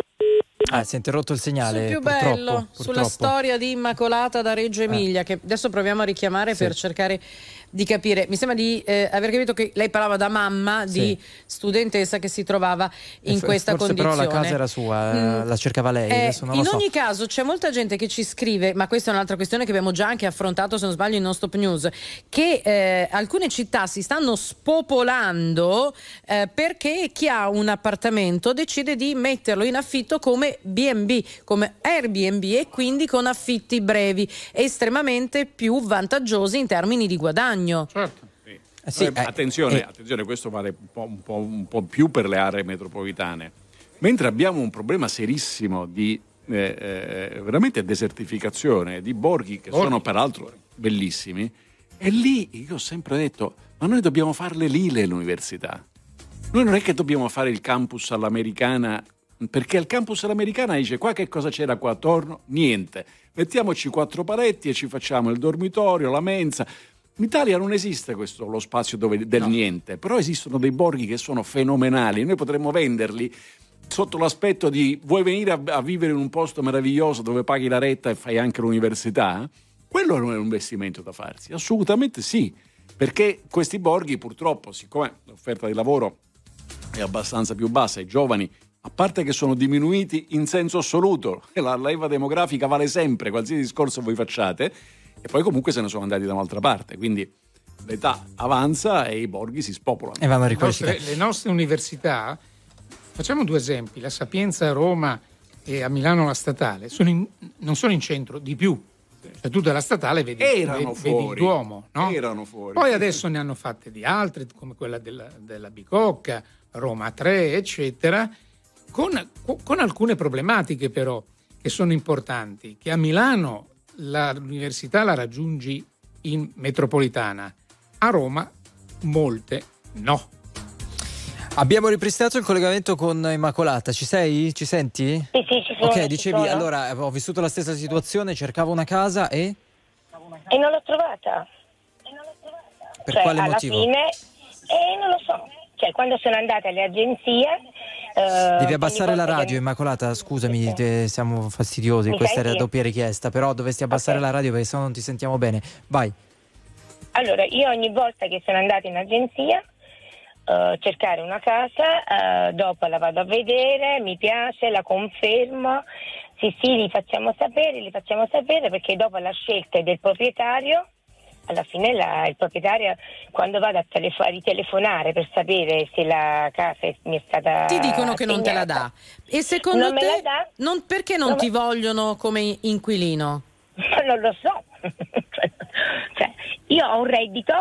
è interrotto il segnale. Sul più purtroppo, bello, sulla storia di Immacolata da Reggio Emilia, che adesso proviamo a richiamare per cercare di capire. Mi sembra di aver capito che lei parlava da mamma di studentessa che si trovava in questa forse condizione. Però la casa era sua, la cercava lei. Adesso non in lo so. ogni caso c'è molta gente che ci scrive, ma questa è un'altra questione che abbiamo già anche affrontato, se non sbaglio, in Non Stop News, che alcune città si stanno spopolando perché chi ha un appartamento decide di metterlo in affitto come B&B, come Airbnb, e quindi con affitti brevi, estremamente più vantaggiosi in termini di guadagno. Certo. Attenzione, questo vale un po' più per le aree metropolitane. Mentre abbiamo un problema serissimo di veramente desertificazione di borghi che sono peraltro bellissimi, e lì io ho sempre detto: ma noi dobbiamo farle lì le università. Noi non è che dobbiamo fare il campus all'americana, perché il campus all'americana dice: qua che cosa c'era qua attorno? Niente. Mettiamoci 4 paletti e ci facciamo il dormitorio, la mensa. In Italia non esiste questo, lo spazio niente, però esistono dei borghi che sono fenomenali. Noi potremmo venderli sotto l'aspetto di: vuoi venire a vivere in un posto meraviglioso dove paghi la retta e fai anche l'università? Quello non è un investimento da farsi, assolutamente sì, perché questi borghi purtroppo, siccome l'offerta di lavoro è abbastanza più bassa, i giovani, a parte che sono diminuiti in senso assoluto, la leva demografica vale sempre, qualsiasi discorso voi facciate, e poi comunque se ne sono andati da un'altra parte, quindi l'età avanza e i borghi si spopolano. E vanno a le nostre università, facciamo 2 esempi: la Sapienza a Roma e a Milano la Statale non sono in centro, di più, cioè tu dalla Statale vedi il Duomo, no? Erano fuori. Poi adesso ne hanno fatte di altre, come quella della Bicocca, Roma 3, eccetera, con alcune problematiche però che sono importanti, che a Milano l'università la raggiungi in metropolitana, a Roma molte no. Abbiamo ripristinato il collegamento con Immacolata. Ci sei? Ci senti? Sì, ci sono. Ok, dicevi, allora ho vissuto la stessa situazione, cercavo una casa e non l'ho trovata. Per quale motivo? Alla fine non lo so. Cioè, quando sono andata alle agenzie. Devi abbassare la radio, Immacolata, scusami, siamo fastidiosi, questa era la doppia richiesta, però dovresti abbassare la radio perché sennò non ti sentiamo bene. Vai. Allora, io ogni volta che sono andata in agenzia cercare una casa, dopo la vado a vedere, mi piace, la confermo, sì, li facciamo sapere, perché dopo la scelta è del proprietario. Alla fine il proprietario, quando vado a ritelefonare per sapere se la casa mi è stata ti dicono che non te la dà. E secondo non te me la dà? Perché non ti vogliono come inquilino? Non lo so. Cioè, io ho un reddito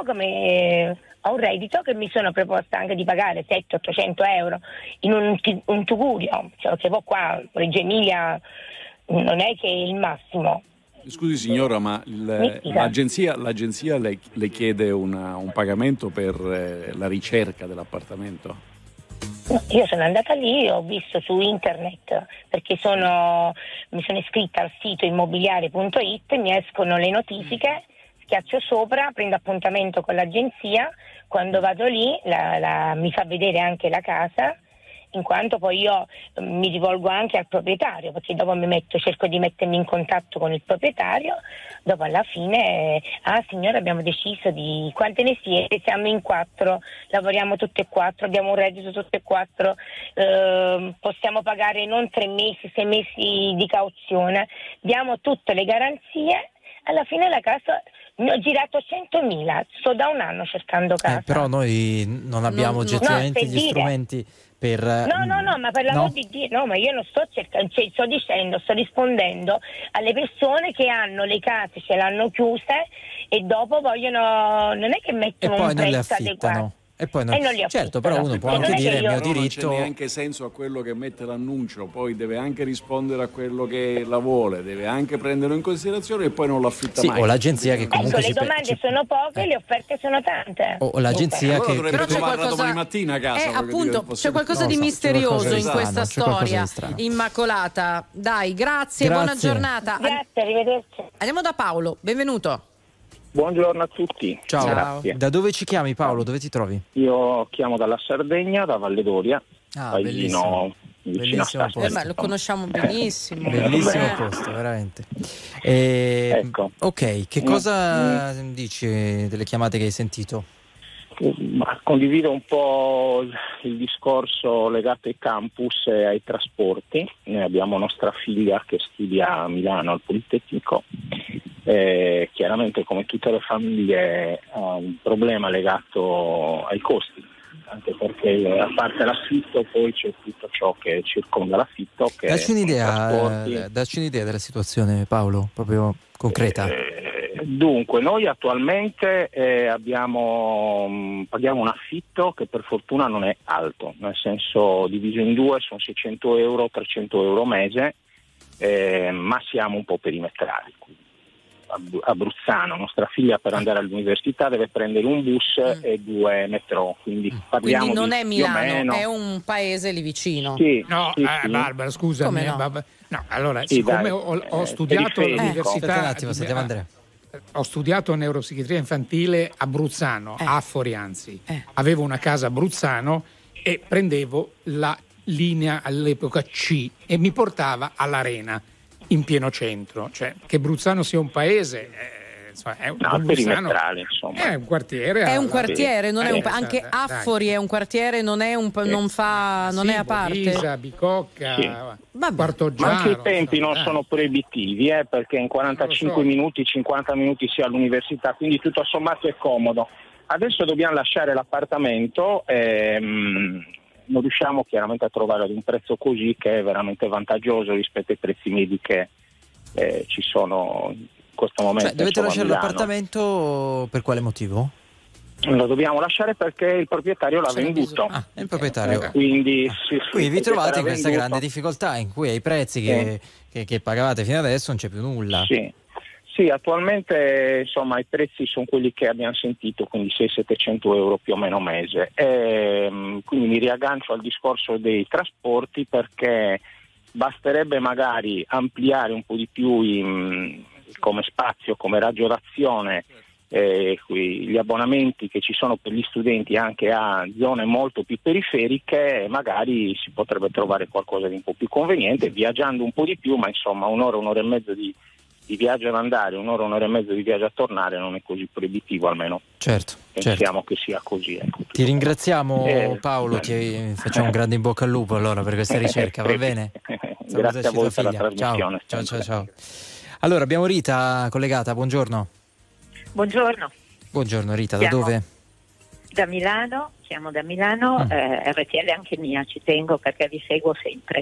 che mi sono proposta anche di pagare 700-800 euro in un tugurio, cioè che qua Reggio Emilia non è che è il massimo. Scusi signora, ma l'agenzia le chiede un pagamento per la ricerca dell'appartamento? No, io sono andata lì, ho visto su internet, perché mi sono iscritta al sito immobiliare.it, mi escono le notifiche, schiaccio sopra, prendo appuntamento con l'agenzia, quando vado lì mi fa vedere anche la casa, in quanto poi io mi rivolgo anche al proprietario, perché dopo cerco di mettermi in contatto con il proprietario, dopo alla fine, signora, abbiamo deciso di quante ne siete, siamo in 4, lavoriamo tutte e 4, abbiamo un reddito tutte e 4, possiamo pagare non 3 mesi, 6 mesi di cauzione, diamo tutte le garanzie. Alla fine la casa ne ho girato 100.000, sto da un anno cercando casa. Però noi non abbiamo oggettivamente gli strumenti per... No, ma per l'amor di Dio, no, ma io non sto cercando, sto rispondendo alle persone che hanno le case, ce l'hanno chiuse e dopo vogliono, non è che mettono un prezzo adeguato. E poi non li ho certo, fatto, però uno può anche dire il mio diritto. Non c'è neanche senso a quello che mette l'annuncio, poi deve anche rispondere a quello che la vuole, deve anche prenderlo in considerazione e poi non lo affitta mai. O l'agenzia che comunque le domande sono poche, le offerte sono tante. O l'agenzia allora che dovrebbe trovarla domani mattina a casa. Appunto, c'è qualcosa di misterioso in questa storia. Immacolata, dai, grazie. Buona giornata. Grazie, arrivederci. Andiamo da Paolo, benvenuto. Buongiorno a tutti. Ciao. Grazie. Da dove ci chiami, Paolo? Dove ti trovi? Io chiamo dalla Sardegna, da Valle d'Oria, bellissimo. vicino a Sassuolo. Lo conosciamo benissimo. Bellissimo posto, veramente. Ecco. Ok, che cosa dici delle chiamate che hai sentito? Condivido un po' il discorso legato ai campus e ai trasporti. Noi abbiamo nostra figlia che studia a Milano al Politecnico. Chiaramente, come tutte le famiglie, ha un problema legato ai costi, anche perché a parte l'affitto poi c'è tutto ciò che circonda l'affitto. Dacci un'idea della situazione, Paolo, proprio concreta. Dunque, noi attualmente paghiamo un affitto che per fortuna non è alto, nel senso diviso in due sono 600 euro, 300 euro mese, ma siamo un po' perimetrali. A Bruzzano, nostra figlia per andare all'università deve prendere un bus e 2 metro, quindi parliamo non di è Milano, è un paese lì vicino. Sì, Barbara, scusami. Allora, siccome ho studiato all'università, un attimo, sentiamo Andrea. Ho studiato neuropsichiatria infantile a Bruzzano, a Fori anzi. Avevo una casa a Bruzzano e prendevo la linea all'epoca C e mi portava all'Arena in pieno centro. Cioè, che Bruzzano sia un paese è perimetrale, insomma. È un quartiere. È un quartiere, non è un anche Affori è un quartiere, non è un non è a parte. Pisa, Bicocca, Quartoggiaro. Ma anche i tempi non sono proibitivi, perché in 45 minuti, 50 minuti sia all'università, quindi tutto sommato è comodo. Adesso dobbiamo lasciare l'appartamento, non riusciamo chiaramente a trovare ad un prezzo così che è veramente vantaggioso rispetto ai prezzi medi che ci sono in questo momento. Cioè, dovete lasciare l'appartamento per quale motivo? Lo dobbiamo lasciare perché il proprietario l'ha venduto. È il proprietario. Quindi vi trovate in questa grande difficoltà in cui ai prezzi che pagavate fino adesso non c'è più nulla. Sì, attualmente insomma i prezzi sono quelli che abbiamo sentito, quindi 600-700 euro più o meno mese. Quindi mi riaggancio al discorso dei trasporti, perché basterebbe magari ampliare un po' di più come spazio, come raggio d'azione, gli abbonamenti che ci sono per gli studenti anche a zone molto più periferiche, magari si potrebbe trovare qualcosa di un po' più conveniente, viaggiando un po' di più, ma insomma un'ora e mezza di viaggio ad andare, un'ora e mezza di viaggio a tornare non è così proibitivo, almeno pensiamo che sia così. Ti ringraziamo Paolo, ti facciamo un grande in bocca al lupo allora per questa ricerca, va bene? Grazie a voi per la trasmissione. Ciao. Allora abbiamo Rita collegata, buongiorno. Buongiorno Rita, da dove? Da Milano, chiamo da Milano, RTL anche mia, ci tengo perché vi seguo sempre.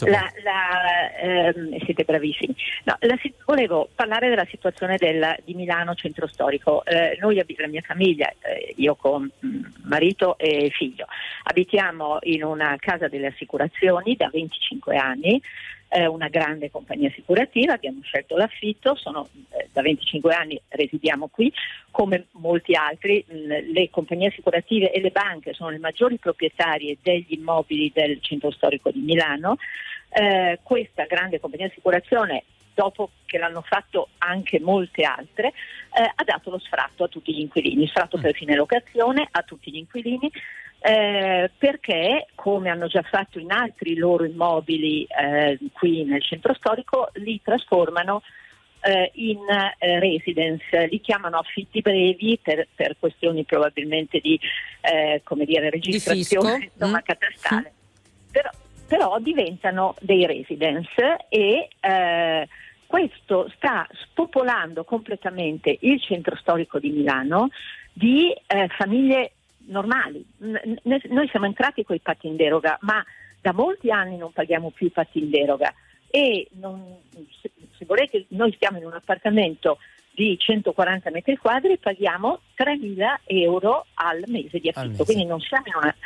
Siete bravissimi. Volevo parlare della situazione di Milano centro storico. Noi, la mia famiglia, io con marito e figlio, abitiamo in una casa delle assicurazioni da 25 anni, una grande compagnia assicurativa, abbiamo scelto l'affitto, da 25 anni residiamo qui, come molti altri le compagnie assicurative e le banche sono le maggiori proprietarie degli immobili del centro storico di Milano. Questa grande compagnia di assicurazione, dopo che l'hanno fatto anche molte altre, ha dato lo sfratto a tutti gli inquilini, sfratto per fine locazione a tutti gli inquilini, perché come hanno già fatto in altri loro immobili qui nel centro storico, li trasformano in residence, li chiamano affitti brevi per questioni probabilmente di registrazione catastale, però diventano dei residence e questo sta spopolando completamente il centro storico di Milano di famiglie normali. Noi siamo entrati con i patti in deroga, ma da molti anni non paghiamo più i patti in deroga e se volete noi stiamo in un appartamento di 140 metri quadri paghiamo 3.000 euro al mese di affitto, quindi non siamo in una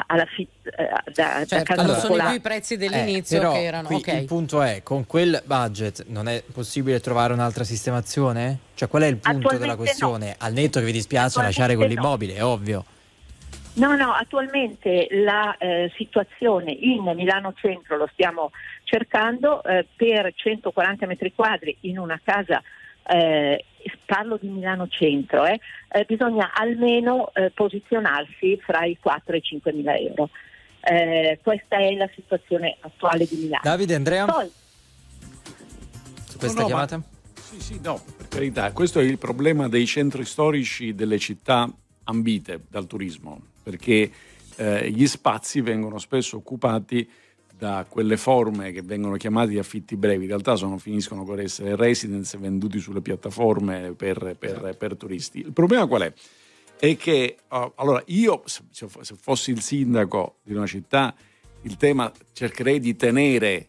da casa non sono più i prezzi dell'inizio però che erano il punto è, con quel budget non è possibile trovare un'altra sistemazione? Cioè, qual è il punto della questione? No. Al netto che vi dispiace lasciare quell'immobile, è ovvio. No, attualmente la situazione in Milano Centro, lo stiamo cercando, per 140 metri quadri in una casa, parlo di Milano Centro, bisogna almeno posizionarsi fra i 4 e i 5.000 euro. Questa è la situazione attuale di Milano. Davide, Andrea? Poi, su questa chiamata? Sì, no, per carità, questo è il problema dei centri storici delle città ambite dal turismo, perché gli spazi vengono spesso occupati da quelle forme che vengono chiamate affitti brevi, in realtà finiscono per essere residence venduti sulle piattaforme per turisti. Il problema qual è? È che allora io se fossi il sindaco di una città, il tema cercherei di tenere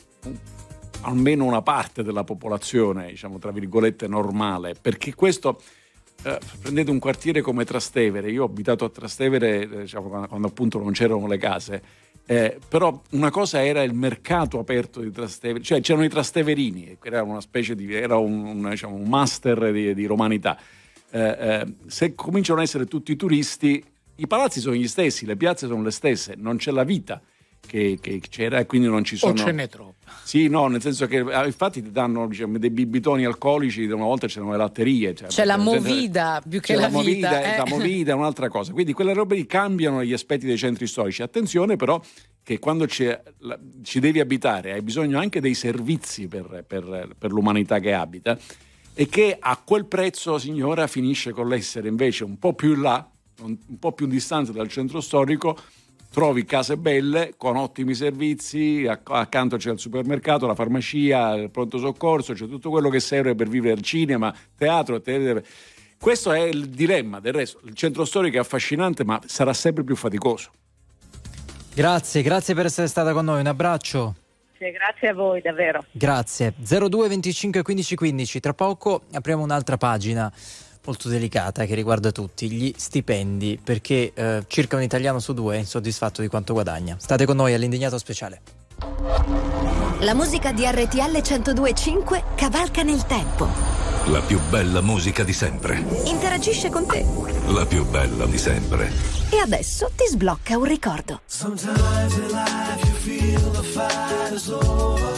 almeno una parte della popolazione, diciamo tra virgolette, normale, perché questo prendete un quartiere come Trastevere, io ho abitato a Trastevere quando appunto non c'erano le case, però una cosa era il mercato aperto di Trastevere, cioè c'erano i trasteverini, era una specie di un master di romanità. Se cominciano ad essere tutti turisti, i palazzi sono gli stessi, le piazze sono le stesse, non c'è la vita che c'era e quindi non ci sono. O ce n'è troppo. Sì, no, nel senso che infatti ti danno dei bibitoni alcolici, una volta c'erano le latterie. C'è la movida più che la vita. La movida è un'altra cosa. Quindi quelle robe lì cambiano gli aspetti dei centri storici. Attenzione però che quando ci devi abitare hai bisogno anche dei servizi per l'umanità che abita, e che a quel prezzo, signora, finisce con l'essere invece un po' più in là, un po' più in distanza dal centro storico. Trovi case belle con ottimi servizi, accanto c'è il supermercato, la farmacia, il pronto soccorso, c'è tutto quello che serve per vivere al cinema, teatro. Questo è il dilemma. Del resto il centro storico è affascinante, ma sarà sempre più faticoso. Grazie per essere stata con noi, un abbraccio. Grazie a voi, davvero. Grazie. 02 25 15 15. Tra poco apriamo un'altra pagina molto delicata che riguarda tutti, gli stipendi, perché circa un italiano su 2 è insoddisfatto di quanto guadagna. State con noi all'Indignato Speciale. La musica di RTL 102.5 cavalca nel tempo. La più bella musica di sempre. Interagisce con te. La più bella di sempre. E adesso ti sblocca un ricordo. Sometimes in life you feel the fight is over.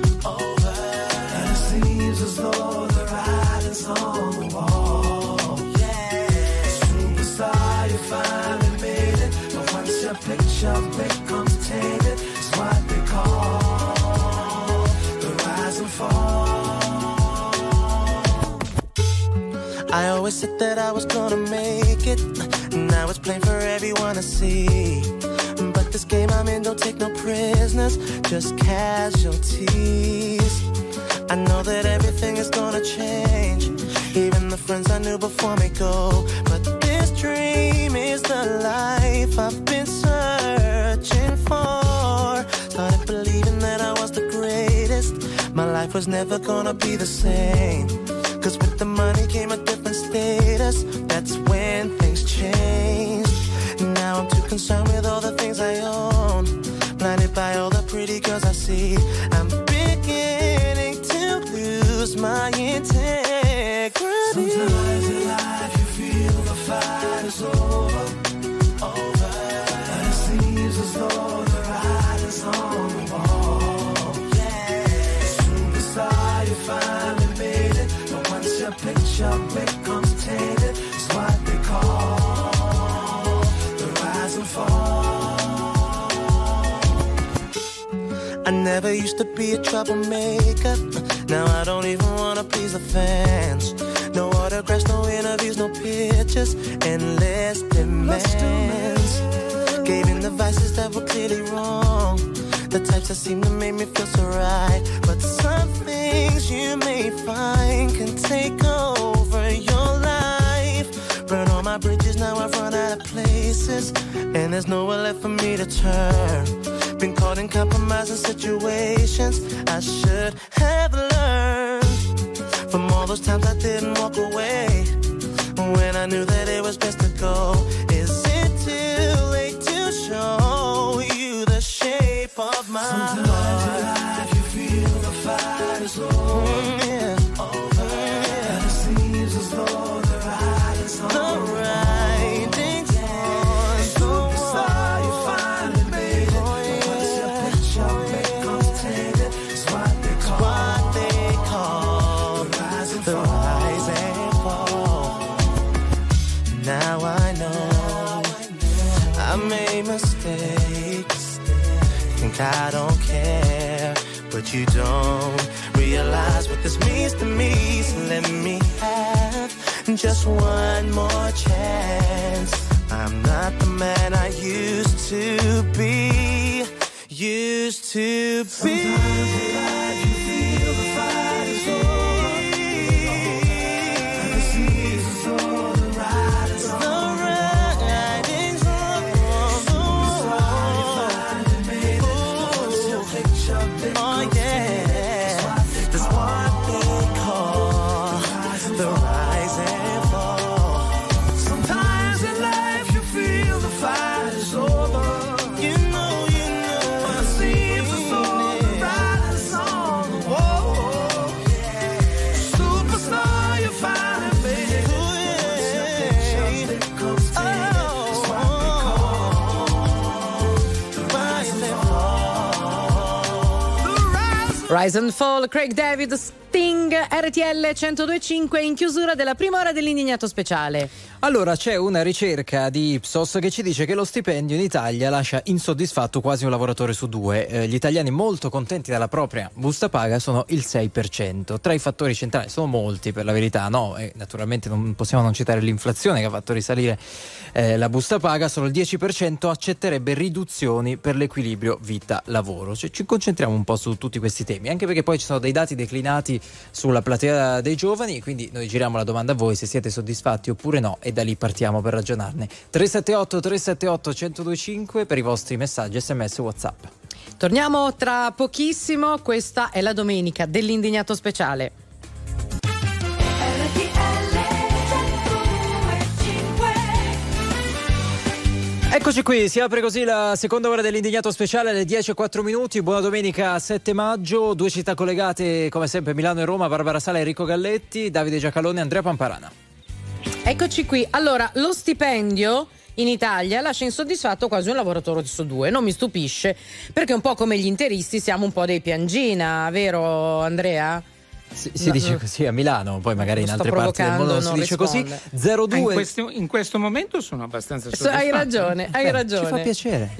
And it seems as though the writing's on the wall. Superstar, you finally made it. But once your picture becomes tainted, it's what they call the rise and fall. I always said that I was gonna make it. Now it's plain for everyone to see. But this game I'm in don't take no prisoners, just casualties. I know that everything is gonna change. Even the friends I knew before me go. But this dream is the life I've been searching for. Started believing that I was the greatest. My life was never gonna be the same. Cause with the money came a different status. That's when things changed. Now I'm too concerned with all the things I own. Blinded by all the pretty girls I see. I'm beginning to lose my integrity. Sometimes in life you feel the fight is over. And it seems as though the writing's on the wall. Superstar, you finally made it. But once your picture becomes tainted, it's what they call the rise and fall. I never used to be a troublemaker. Now I don't even wanna please the fans. No autographs, no interviews, no pictures, endless demands. Gave in the vices that were clearly wrong, the types that seem to make me feel so right. But some things you may find can take over your life. Burn all my bridges, now I've run out of places, and there's nowhere left for me to turn. Been caught in compromising situations I should have learned. from all those times I didn't walk away when I knew that it was best to go. Is it too late to show you the shape of my heart? Sometimes in life you feel the fight is over, over, and it seems as though the ride is on. The writing's on. Superstar, you finally made it. Once your picture becomes tainted, it's what they call the rise and fall. Now I know I made mistakes. Think I don't care, but you don't realize what this means to me. So let me have just one more chance. I'm not the man I used to be. Used to be. Sometimes in life you feel the fight is over, and it seems as though the ride is on. Oh yeah, that's what they call the rise and fall. Sometimes in life you feel the fight is over. You know, it seems as though the ride is on. Whoa, superstar, you finally made it. Once your picture becomes tainted, it's what they call the rise and fall. Rise and Fall, Craig David, Sting, RTL 102.5 in chiusura della prima ora dell'Indignato Speciale. Allora, c'è una ricerca di Ipsos che ci dice che lo stipendio in Italia lascia insoddisfatto quasi un lavoratore su due. Gli italiani molto contenti della propria busta paga sono il 6%. Tra i fattori centrali, sono molti per la verità, no? E naturalmente non possiamo non citare l'inflazione che ha fatto risalire la busta paga. Solo il 10% accetterebbe riduzioni per l'equilibrio vita-lavoro. Cioè, ci concentriamo un po' su tutti questi temi, anche perché poi ci sono dei dati declinati sulla platea dei giovani, quindi noi giriamo la domanda a voi se siete soddisfatti oppure no, e da lì partiamo per ragionarne. 378-378-1025 per i vostri messaggi, SMS, WhatsApp. Torniamo tra pochissimo, questa è la domenica dell'Indignato Speciale. Eccoci qui, si apre così la seconda ora dell'Indignato Speciale alle 10:04. Buona domenica 7 maggio, due città collegate come sempre, Milano e Roma, Barbara Sala, Enrico Galletti, Davide Giacalone e Andrea Pamparana. Eccoci qui, allora lo stipendio in Italia lascia insoddisfatto quasi un lavoratore su due, non mi stupisce perché un po' come gli interisti siamo un po' dei piangina, vero Andrea? Si dice così a Milano, poi magari in altre parti del mondo si dice così. 02 in questo momento sono abbastanza soddisfatto. Hai ragione. Ci fa piacere.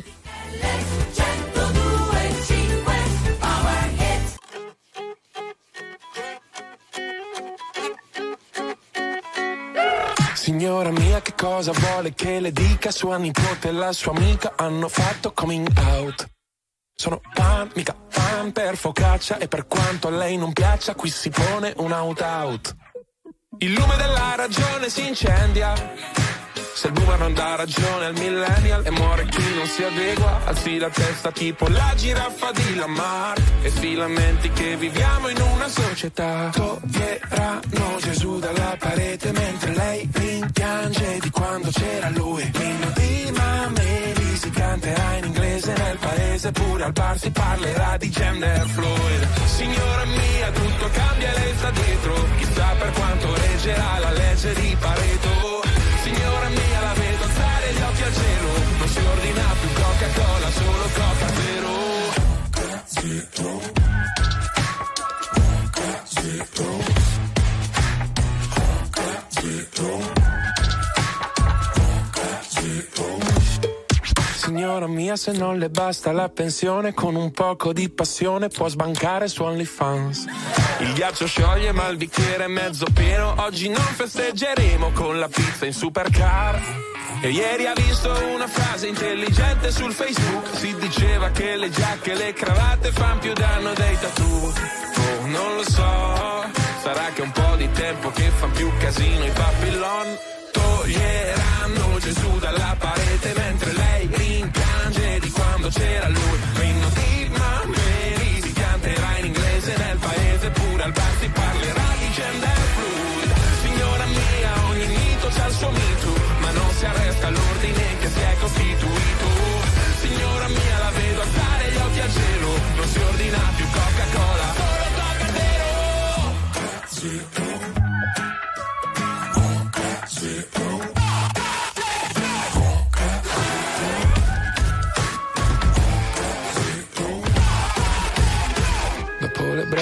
Signora mia, che cosa vuole che le dica? Sua nipote e la sua amica hanno fatto coming out. Sono pan, mica pan per focaccia, e per quanto a lei non piaccia, qui si pone un out. Il lume della ragione si incendia, se il boomer non dà ragione al millennial, e muore chi non si adegua, alzi la testa tipo la giraffa di Lamarck, e si lamenti che viviamo in una società. Toglieranno Gesù dalla parete mentre lei rimpiange di quando c'era lui. L'inno di Mameli si canterà in inglese nel paese, pure al bar si parlerà di gender fluid. Signora mia, tutto cambia e lei sta dietro, chissà per quanto reggerà la legge di Pareto. Signora mia, la vedo alzare gli occhi al cielo, non si ordina più Coca-Cola, solo Coca Zero. Coca Zero, Coca Zero, Coca Zero, Coca Zero. Signora mia, se non le basta la pensione, con un poco di passione può sbancare su OnlyFans. Il ghiaccio scioglie ma il bicchiere è mezzo pieno, oggi non festeggeremo con la pizza in supercar. E ieri ha visto una frase intelligente sul Facebook, si diceva che le giacche e le cravatte fan più danno dei tattoo. Oh, non lo so, sarà che un po' di tempo che fan più casino i Babylon. Toglieranno Gesù dalla parete mentre lei rimpiange di quando c'era lui. L'inno di Mameli si canterà in inglese nel paese, pure al bar si parlerà di gender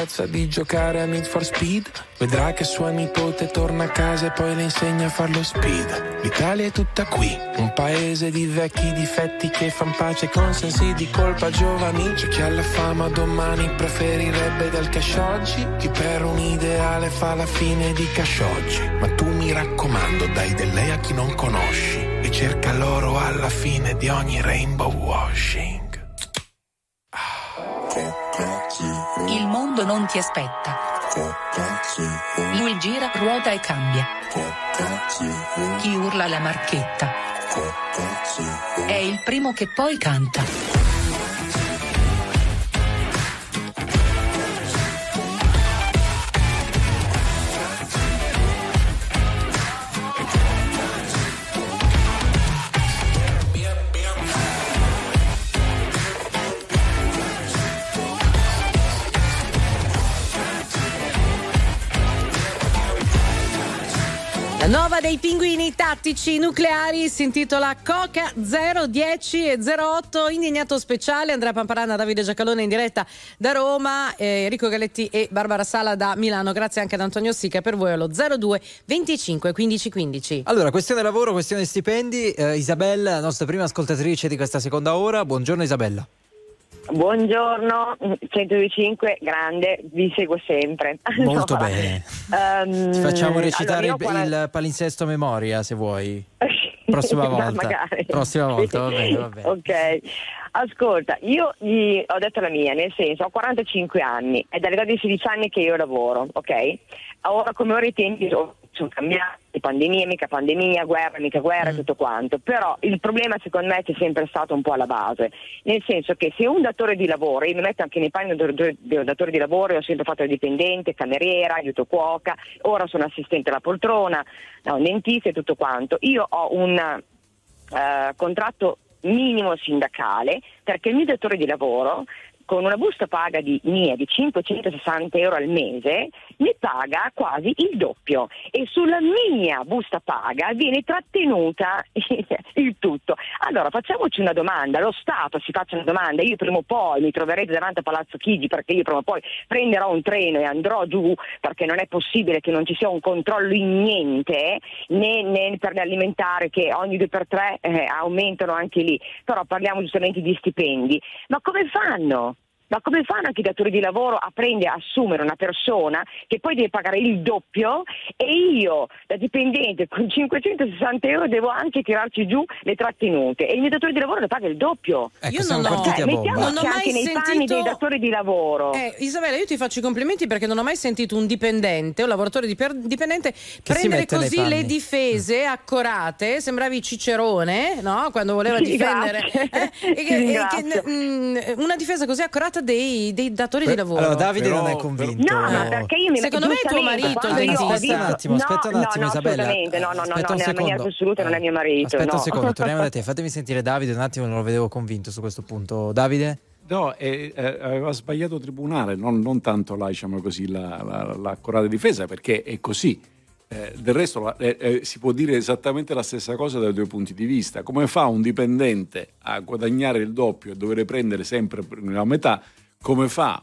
ragazza di giocare a Need for Speed. Vedrà che sua nipote torna a casa e poi le insegna a far lo speed. L'Italia è tutta qui, un paese di vecchi difetti che fan pace con sensi di colpa giovani. C'è chi alla fama domani preferirebbe del cash oggi, chi per un ideale fa la fine di cash oggi. Ma tu mi raccomando, dai del lei a chi non conosci e cerca l'oro alla fine di ogni rainbow washing. Il mondo non ti aspetta. Lui gira, ruota e cambia. Chi urla la marchetta è il primo che poi canta. La nuova dei pinguini tattici nucleari si intitola Coca 010 e 08, indignato speciale Andrea Pamparana, Davide Giacalone in diretta da Roma, Enrico Galletti e Barbara Sala da Milano. Grazie anche ad Antonio Sica, per voi allo 02 25 15 15. Allora, questione lavoro, questione stipendi. Isabella, la nostra prima ascoltatrice di questa seconda ora. Buongiorno Isabella. Buongiorno, 105, grande, vi seguo sempre. Molto bene. Ti facciamo recitare allora il palinsesto a memoria, se vuoi. Prossima volta. Magari. Prossima volta, va bene, va bene. Ok, ascolta, io gli ho detto la mia, nel senso, ho 45 anni, è dall'età di 16 anni che io lavoro, ok? Ora come ora i tempi sono cambiati, pandemia, mica pandemia, guerra, mica guerra, tutto quanto, però il problema secondo me c'è sempre stato un po' alla base, nel senso che se un datore di lavoro, io mi metto anche nei panni del datore di lavoro, io ho sempre fatto il dipendente, cameriera, aiuto cuoca, ora sono assistente alla poltrona, un dentista e tutto quanto, io ho un contratto minimo sindacale perché il mio datore di lavoro con una busta paga di 560 euro al mese mi paga quasi il doppio e sulla mia busta paga viene trattenuta il tutto. Allora facciamoci una domanda, lo Stato si faccia una domanda, io prima o poi mi troverete davanti a Palazzo Chigi perché io prima o poi prenderò un treno e andrò giù perché non è possibile che non ci sia un controllo in niente né per l'alimentare che ogni 2x3 aumentano anche lì, però parliamo giustamente di stipendi, ma come fanno? Ma come fanno anche i datori di lavoro a assumere una persona che poi deve pagare il doppio e io da dipendente con 560 euro devo anche tirarci giù le trattenute e il mio datore di lavoro ne paga il doppio? Ecco, Io non ho anche nei panni dei datori di lavoro. Isabella, io ti faccio i complimenti perché non ho mai sentito un dipendente, un lavoratore dipendente prendere così le difese accorate, sembravi Cicerone, no? Quando voleva difendere una difesa così accorata dei datori di lavoro. Allora Davide non è convinto. No, ma perché io secondo me è tuo marito aspetta un attimo Isabella. No, nella maniera assoluta non è mio marito. Aspetta un secondo, torniamo da te, fatemi sentire Davide un attimo, non lo vedevo convinto su questo punto. Davide? No, aveva sbagliato tribunale, non tanto diciamo così, l'accorata difesa, perché è così. Del resto si può dire esattamente la stessa cosa dai due punti di vista. Come fa un dipendente a guadagnare il doppio e dover prendere sempre la metà? Come fa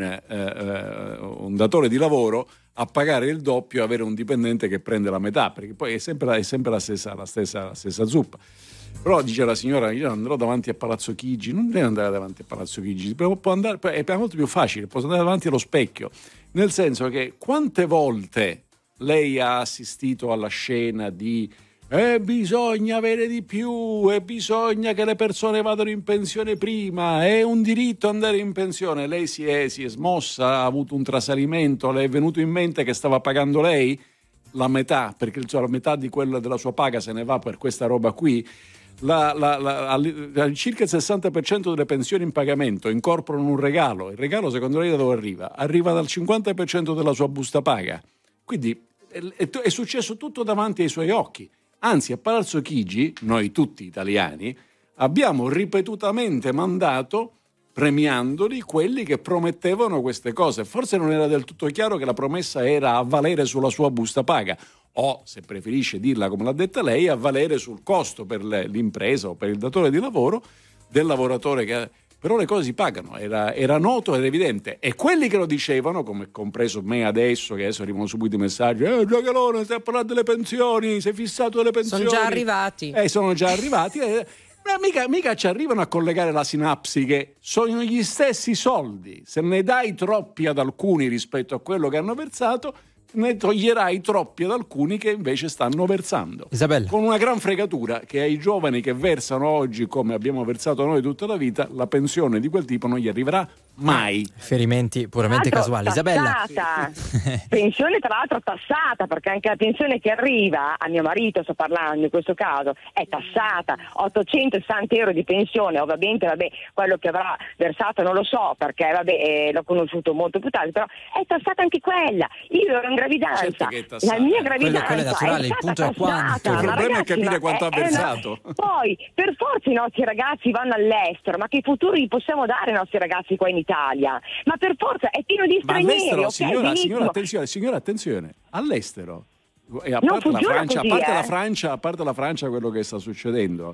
un datore di lavoro a pagare il doppio e avere un dipendente che prende la metà? Perché poi è sempre la stessa zuppa. Però dice la signora, io andrò davanti a Palazzo Chigi. Non deve andare davanti a Palazzo Chigi, può andare, è molto più facile, può andare davanti allo specchio, nel senso che quante volte lei ha assistito alla scena di bisogna avere di più e bisogna che le persone vadano in pensione prima, è un diritto andare in pensione. Lei si è smossa, ha avuto un trasalimento, le è venuto in mente che stava pagando lei la metà, perché la metà di quella della sua paga se ne va per questa roba qui. Circa il 60% delle pensioni in pagamento incorporano un regalo. Il regalo secondo lei da dove arriva? Arriva dal 50% della sua busta paga. Quindi è successo tutto davanti ai suoi occhi. Anzi, a Palazzo Chigi, noi tutti italiani, abbiamo ripetutamente mandato premiandoli quelli che promettevano queste cose. Forse non era del tutto chiaro che la promessa era a valere sulla sua busta paga o, se preferisce dirla come l'ha detta lei, a valere sul costo per l'impresa o per il datore di lavoro del lavoratore però le cose si pagano, era noto ed evidente, e quelli che lo dicevano, come compreso me adesso, che adesso arrivano subito i messaggi, Giacalone, stai a parlare delle pensioni, sei fissato delle pensioni, sono già arrivati, sono già arrivati mica ci arrivano a collegare la sinapsi che sono gli stessi soldi, se ne dai troppi ad alcuni rispetto a quello che hanno versato, ne toglierai troppi ad alcuni che invece stanno versando. Isabella. Con una gran fregatura che ai giovani che versano oggi, come abbiamo versato noi tutta la vita, la pensione di quel tipo non gli arriverà mai. Riferimenti puramente casuali. Isabella. Pensione tra l'altro tassata, perché anche la pensione che arriva a mio marito, sto parlando in questo caso, è tassata. 860 euro di pensione, ovviamente quello che avrà versato non lo so, perché l'ho conosciuto molto più tardi, però è tassata anche quella. Io ero in gravidanza, la mia gravidanza quello è naturale, il punto è quanto. Il problema è capire quanto ha versato. Poi per forza i nostri ragazzi vanno all'estero, ma che futuro gli possiamo dare ai nostri ragazzi qua in Italia? Ma per forza è pieno di stranieri. Ma all'estero, signora, attenzione, all'estero, e a non parte funziona a parte la Francia, quello che sta succedendo,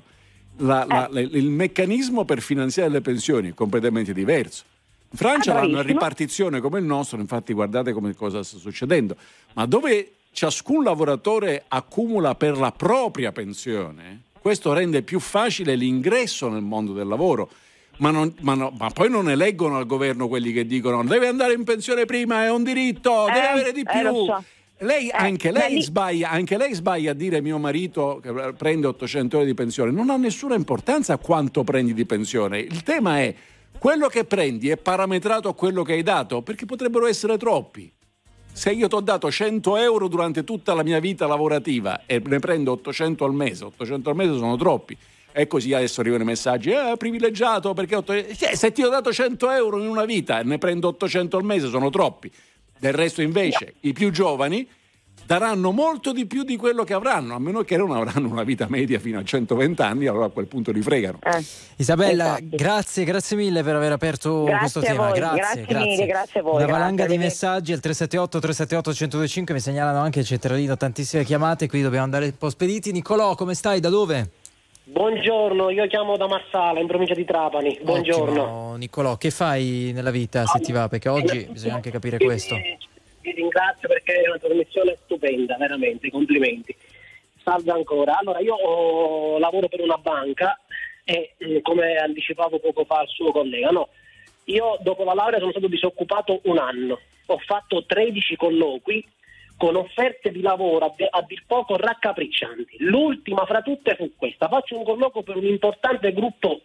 il meccanismo per finanziare le pensioni è completamente diverso. In Francia vanno a ripartizione come il nostro, infatti guardate come cosa sta succedendo, ma dove ciascun lavoratore accumula per la propria pensione, questo rende più facile l'ingresso nel mondo del lavoro. Ma poi non eleggono al governo quelli che dicono deve andare in pensione prima, è un diritto, deve avere di più. Lo so. Anche lei sbaglia a dire mio marito che prende 800 euro di pensione. Non ha nessuna importanza quanto prendi di pensione. Il tema è quello che prendi è parametrato a quello che hai dato, perché potrebbero essere troppi. Se io ti ho dato 100 euro durante tutta la mia vita lavorativa e ne prendo 800 al mese sono troppi. E così adesso arrivano i messaggi, privilegiato perché se ti ho dato 100 euro in una vita e ne prendo 800 al mese sono troppi. Del resto invece i più giovani daranno molto di più di quello che avranno, a meno che non avranno una vita media fino a 120 anni, allora a quel punto li fregano. Isabella, grazie mille per aver aperto questo tema. Grazie mille, grazie a voi. Una valanga di messaggi al 378-378-1025, mi segnalano anche il centralino, tantissime chiamate, qui dobbiamo andare un po' spediti. Nicolò, come stai? Da dove? Buongiorno, io chiamo da Marsala, in provincia di Trapani. Buongiorno. Ottimo. Nicolò, che fai nella vita, se ti va? Perché oggi bisogna anche capire questo. Vi ringrazio perché è una trasmissione stupenda, veramente, complimenti. Salve ancora. Allora, io lavoro per una banca e come anticipavo poco fa il suo collega, io dopo la laurea sono stato disoccupato un anno. Ho fatto 13 colloqui con offerte di lavoro a dir poco raccapriccianti. L'ultima fra tutte fu questa: faccio un colloquio per un importante gruppo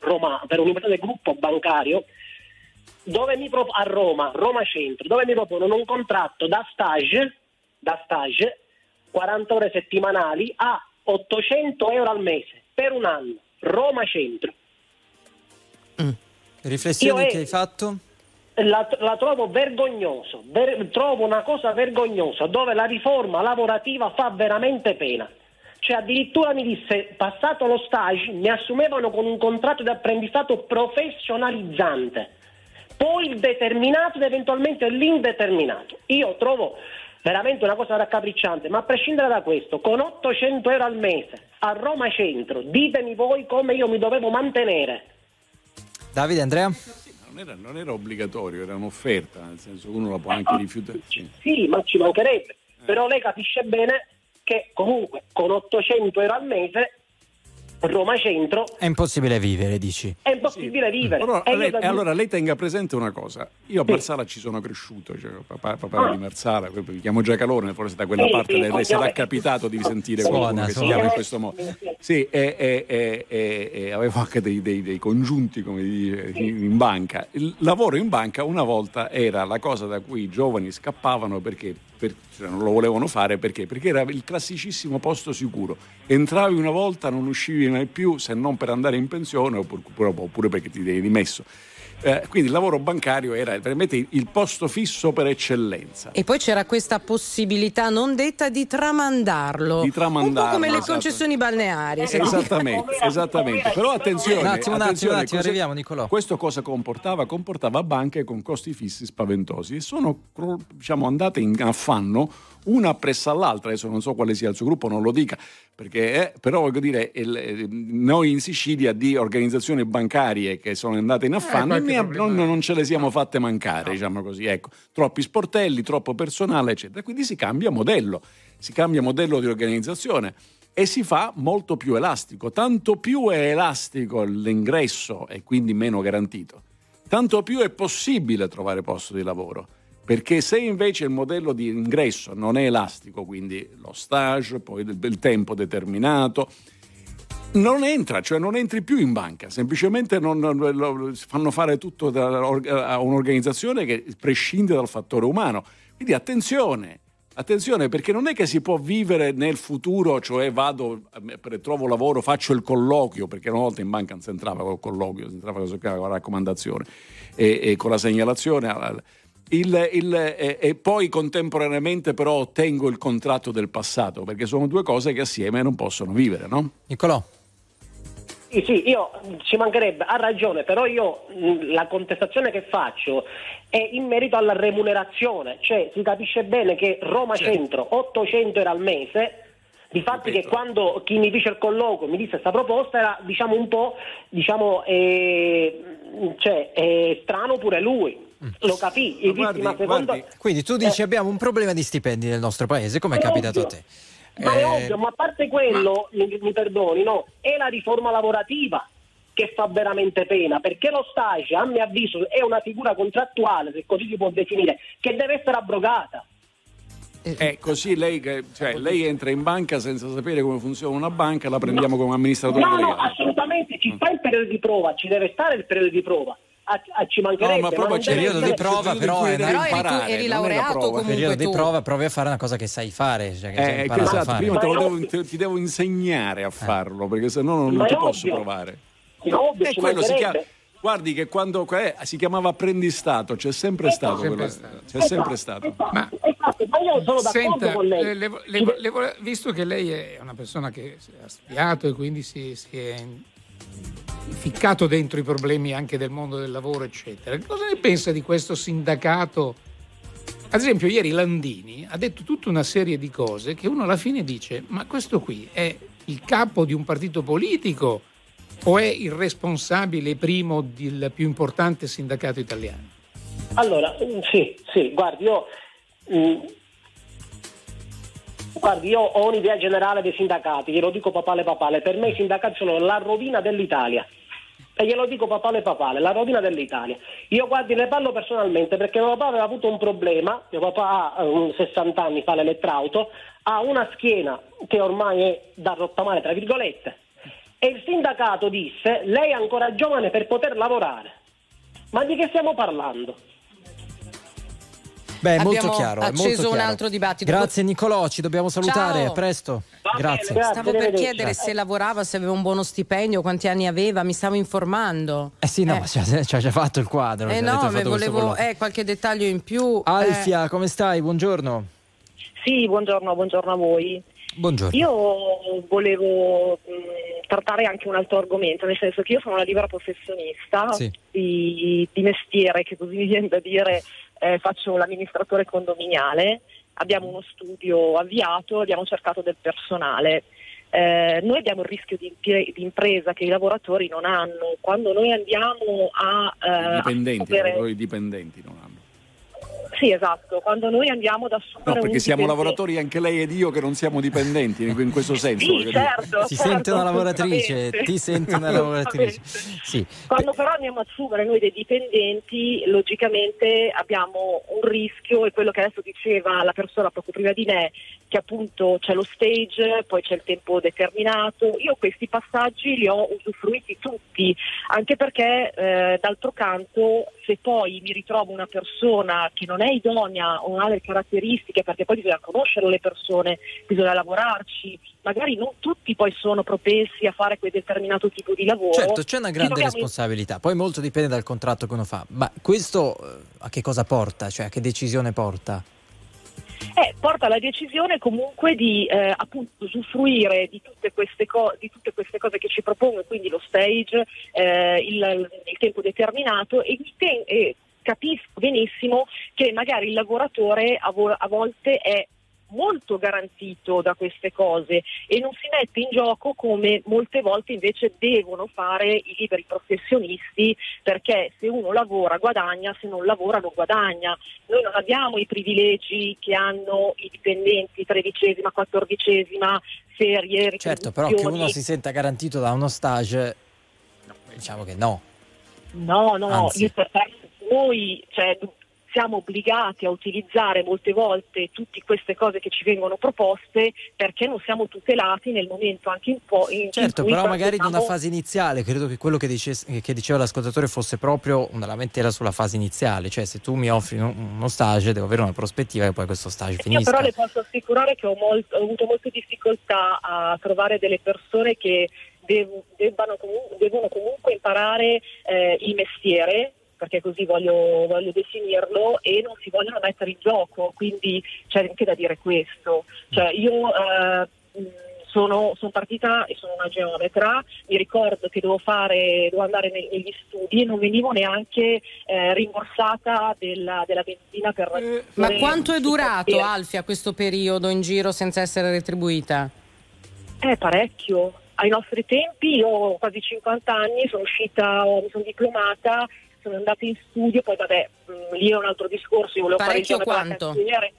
bancario a Roma Centro, dove mi propongono un contratto da stage 40 ore settimanali a 800 euro al mese per un anno. Roma Centro. Riflessioni che hai fatto? La trovo vergognoso, trovo una cosa vergognosa, dove la riforma lavorativa fa veramente pena. Cioè addirittura mi disse, passato lo stage, mi assumevano con un contratto di apprendistato professionalizzante, poi il determinato ed eventualmente l'indeterminato. Io trovo veramente una cosa raccapricciante, ma a prescindere da questo, con 800 euro al mese a Roma Centro, ditemi voi come io mi dovevo mantenere. Davide, Andrea? Non era obbligatorio, era un'offerta, nel senso che uno la può anche rifiutare. Sì, ma ci mancherebbe. Però lei capisce bene che comunque con 800 euro al mese Roma Centro è impossibile vivere, dici? È impossibile vivere. Allora lei tenga presente una cosa. Io a Marsala ci sono cresciuto, cioè, papà di Marsala, mi chiamo Giacalone, forse da quella parte le sarà capitato di sentire qualcuno che si chiama in questo modo. Sì, e avevo anche dei congiunti, come dice, in banca. Il lavoro in banca una volta era la cosa da cui i giovani scappavano perché non lo volevano fare perché era il classicissimo posto sicuro. Entravi una volta, non uscivi mai più, se non per andare in pensione oppure perché ti devi dimesso. Quindi il lavoro bancario era veramente il posto fisso per eccellenza. E poi c'era questa possibilità non detta di tramandarlo. Un po' come le concessioni balneari. Esattamente. Però attenzione, un attimo, arriviamo, Nicolò. Questo cosa comportava? Comportava banche con costi fissi spaventosi e sono andate in affanno una appresso all'altra. Adesso non so quale sia il suo gruppo, non lo dica, perché però voglio dire, noi in Sicilia di organizzazioni bancarie che sono andate in affanno non ce le siamo fatte mancare, diciamo così, ecco, troppi sportelli, troppo personale, eccetera. Quindi si cambia modello di organizzazione e si fa molto più elastico. Tanto più è elastico l'ingresso e quindi meno garantito, tanto più è possibile trovare posto di lavoro. Perché se invece il modello di ingresso non è elastico, quindi lo stage, poi il tempo determinato, non entri più in banca, semplicemente fanno fare tutto a un'organizzazione che prescinde dal fattore umano. Quindi attenzione, perché non è che si può vivere nel futuro, cioè trovo lavoro, faccio il colloquio, perché una volta in banca non si entrava col colloquio, si entrava con la raccomandazione e con la segnalazione e poi contemporaneamente però ottengo il contratto del passato, perché sono due cose che assieme non possono vivere, no? Niccolò. Sì, io ci mancherebbe, ha ragione, però io la contestazione che faccio è in merito alla remunerazione, cioè si capisce bene che Roma Centro 800 era al mese. Difatti che quando chi mi dice il colloquio mi disse questa proposta era un po' strano pure lui. Lo capì. Quindi tu dici abbiamo un problema di stipendi nel nostro paese, come è capitato a te. Ma è ovvio, ma a parte quello, mi perdoni, no, è la riforma lavorativa che fa veramente pena, perché lo stage, a mio avviso, è una figura contrattuale, se così si può definire, che deve essere abrogata. Così lei entra in banca senza sapere come funziona una banca, la prendiamo come amministratore delegato. No, assolutamente, ci sta il periodo di prova, ci deve stare il periodo di prova. Ci mancherebbe, ma proprio c'è il periodo di prova, però eri laureato comunque. Il periodo di prova provi a fare una cosa che sai fare, cioè che esatto, a fare. Prima ti devo insegnare a farlo, perché se no non ti posso provare. Ovvio, quello si chiama. Guardi che quando si chiamava apprendistato, c'è sempre stato. C'è sempre stato. Ma io sono d'accordo con lei. Visto che lei è una persona che ha studiato e quindi si è ficcato dentro i problemi anche del mondo del lavoro, eccetera, cosa ne pensa di questo sindacato? Ad esempio ieri Landini ha detto tutta una serie di cose che uno alla fine dice: ma questo qui è il capo di un partito politico o è il responsabile primo del più importante sindacato italiano? Allora, sì, guardi, io ho un'idea generale dei sindacati, glielo dico papale, per me i sindacati sono la rovina dell'Italia. E glielo dico papale, la rovina dell'Italia. Io ne parlo personalmente perché mio papà aveva avuto un problema, mio papà ha 60 anni, fa l'elettrauto, ha una schiena che ormai è da rottamare, tra virgolette, e il sindacato disse: lei è ancora giovane per poter lavorare. Ma di che stiamo parlando? Beh, è molto chiaro. Acceso un altro dibattito. Grazie Niccolò, ci dobbiamo salutare. Ciao. A presto. Grazie. Stavo per chiedere se lavorava, se aveva un buono stipendio, quanti anni aveva, mi stavo informando. Sì, no, ci ha già fatto il quadro. Volevo qualche dettaglio in più. Alfia, come stai? Buongiorno. Sì, buongiorno a voi. Buongiorno. Io volevo trattare anche un altro argomento, nel senso che io sono una libera professionista di mestiere, che così mi viene da dire. Faccio l'amministratore condominiale, abbiamo uno studio avviato, abbiamo cercato del personale. Noi abbiamo il rischio di impresa che i lavoratori non hanno. Quando noi andiamo i dipendenti non hanno. Sì, esatto, quando noi andiamo ad assumere perché siamo lavoratori anche lei ed io che non siamo dipendenti in questo senso. Sì, certo, si sente una lavoratrice, ti senti una lavoratrice. Sì. Quando però andiamo ad assumere noi dei dipendenti, logicamente abbiamo un rischio, e quello che adesso diceva la persona proprio prima di me, che appunto c'è lo stage, poi c'è il tempo determinato. Io questi passaggi li ho usufruiti tutti, anche perché d'altro canto, se poi mi ritrovo una persona che non è idonea o non ha le caratteristiche, perché poi bisogna conoscere le persone, bisogna lavorarci, magari non tutti poi sono propensi a fare quel determinato tipo di lavoro. Certo, c'è una grande responsabilità, poi molto dipende dal contratto che uno fa, ma questo a che cosa porta? Cioè a che decisione porta? Porta alla decisione comunque di appunto usufruire di tutte queste cose che ci propongo, quindi lo stage, il tempo determinato, e capisco benissimo che magari il lavoratore a volte è molto garantito da queste cose e non si mette in gioco come molte volte invece devono fare i liberi professionisti, perché se uno lavora guadagna, se non lavora non guadagna. Noi non abbiamo i privilegi che hanno i dipendenti, 13ª, 14ª serie. Certo, però che uno si senta garantito da uno stage, diciamo che no. No, Anzi. Noi siamo obbligati a utilizzare molte volte tutte queste cose che ci vengono proposte perché non siamo tutelati nel momento anche in Certo, cui però magari in una fase iniziale, credo che quello che diceva l'ascoltatore fosse proprio una lamentela sulla fase iniziale, cioè se tu mi offri uno stage devo avere una prospettiva che poi questo stage finisca. Io però le posso assicurare che ho avuto molte difficoltà a trovare delle persone che devono comunque imparare il mestiere, perché così voglio definirlo, e non si vogliono mettere in gioco, quindi c'è anche da dire questo. Cioè io sono partita e sono una geometra, mi ricordo che dovevo andare negli studi e non venivo neanche rimborsata della benzina per... Ma quanto è durato, Alfia, questo periodo in giro senza essere retribuita? Parecchio. Ai nostri tempi, io ho quasi 50 anni, sono uscita, mi sono diplomata, sono andata in studio, poi vabbè, lì è un altro discorso, io volevo parecchio fare il quanto?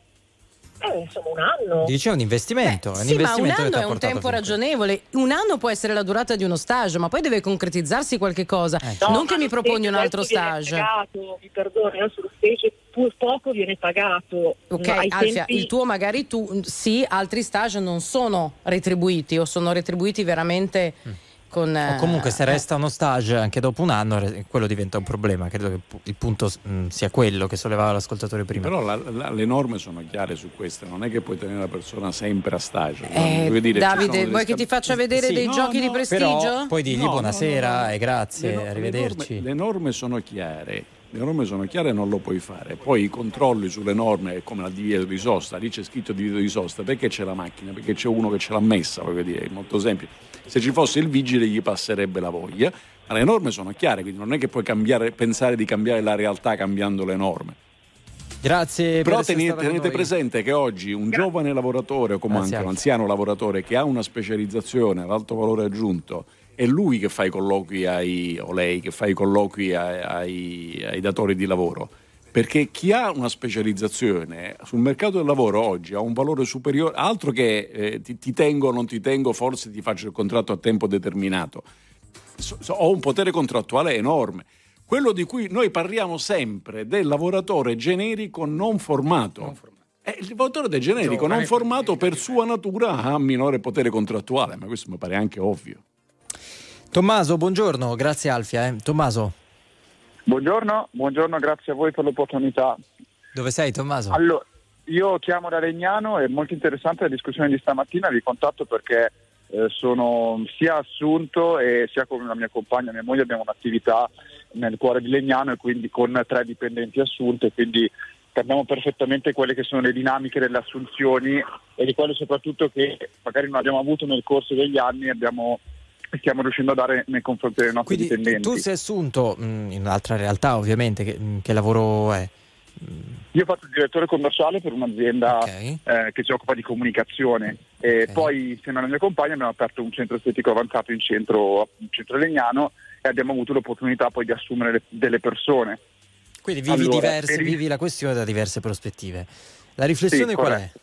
Insomma un anno. Dice un investimento. Sì, ma un anno è un tempo ragionevole. Un anno può essere la durata di uno stage, ma poi deve concretizzarsi qualche cosa. Non che mi proponi un altro stage. Mi perdoni, sullo stage poco viene pagato. Ok, Alfia, il tuo magari sì, altri stage non sono retribuiti o sono retribuiti veramente con... O comunque se resta uno stage anche dopo un anno, quello diventa un problema. Credo che il punto sia quello che sollevava l'ascoltatore prima. Però le norme sono chiare su queste, non è che puoi tenere la persona sempre a stage. Davide, vuoi che ti faccia vedere dei giochi di prestigio? Però poi digli buonasera e grazie, arrivederci. Le norme sono chiare. Le norme sono chiare e non lo puoi fare. Poi i controlli sulle norme, come la divieto di sosta, lì c'è scritto divieto di sosta, perché c'è la macchina? Perché c'è uno che ce l'ha messa, voglio dire, è molto semplice. Se ci fosse il vigile gli passerebbe la voglia, ma le norme sono chiare, quindi non è che puoi pensare di cambiare la realtà cambiando le norme. Grazie. Però tenete presente che oggi un giovane lavoratore o comunque un anziano lavoratore che ha una specializzazione ad alto valore aggiunto, è lui che fa i colloqui o lei che fa i colloqui ai datori di lavoro, perché chi ha una specializzazione sul mercato del lavoro oggi ha un valore superiore, altro che ti tengo o non ti tengo, forse ti faccio il contratto a tempo determinato. Ho un potere contrattuale enorme. Quello di cui noi parliamo sempre del lavoratore generico non formato. Il lavoratore generico non formato per sua natura ha minore potere contrattuale, ma questo mi pare anche ovvio. Tommaso, buongiorno, grazie Alfia. Tommaso. Buongiorno, grazie a voi per l'opportunità. Dove sei, Tommaso? Allora, io chiamo da Legnano, è molto interessante la discussione di stamattina, vi contatto perché sono sia assunto e sia con la mia compagna, mia moglie, abbiamo un'attività nel cuore di Legnano e quindi con 3 dipendenti assunte, quindi capiamo perfettamente quelle che sono le dinamiche delle assunzioni e di quelle soprattutto che magari non abbiamo avuto nel corso degli anni e stiamo riuscendo a dare nei confronti dei nostri dipendenti. Tu sei assunto in un'altra realtà, ovviamente, che lavoro è? Io faccio il direttore commerciale per un'azienda che si occupa di comunicazione e poi insieme alla mia compagna abbiamo aperto un centro estetico avanzato in centro Legnano e abbiamo avuto l'opportunità poi di assumere delle persone. Quindi vivi la questione da diverse prospettive. La riflessione qual è?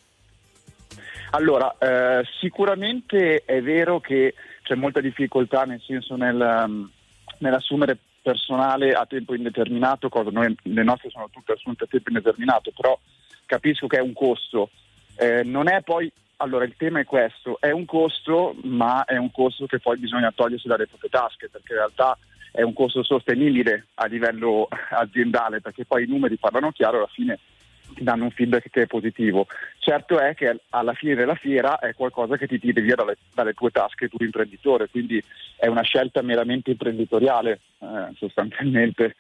Allora, sicuramente è vero che c'è molta difficoltà, nel senso nell'assumere personale a tempo indeterminato, cosa noi le nostre sono tutte assunte a tempo indeterminato, però capisco che è un costo. Non è poi, allora il tema è questo, è un costo, ma è un costo che poi bisogna togliersi dalle proprie tasche, perché in realtà è un costo sostenibile a livello aziendale, perché poi i numeri parlano chiaro, alla fine danno un feedback che è positivo. Certo è che alla fine della fiera è qualcosa che ti tiri via dalle tue tasche tu imprenditore, quindi è una scelta meramente imprenditoriale, sostanzialmente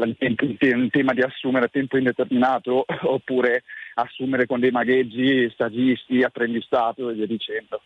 il tema di assumere a tempo indeterminato oppure assumere con dei magheggi, stagisti, apprendistato e via dicendo.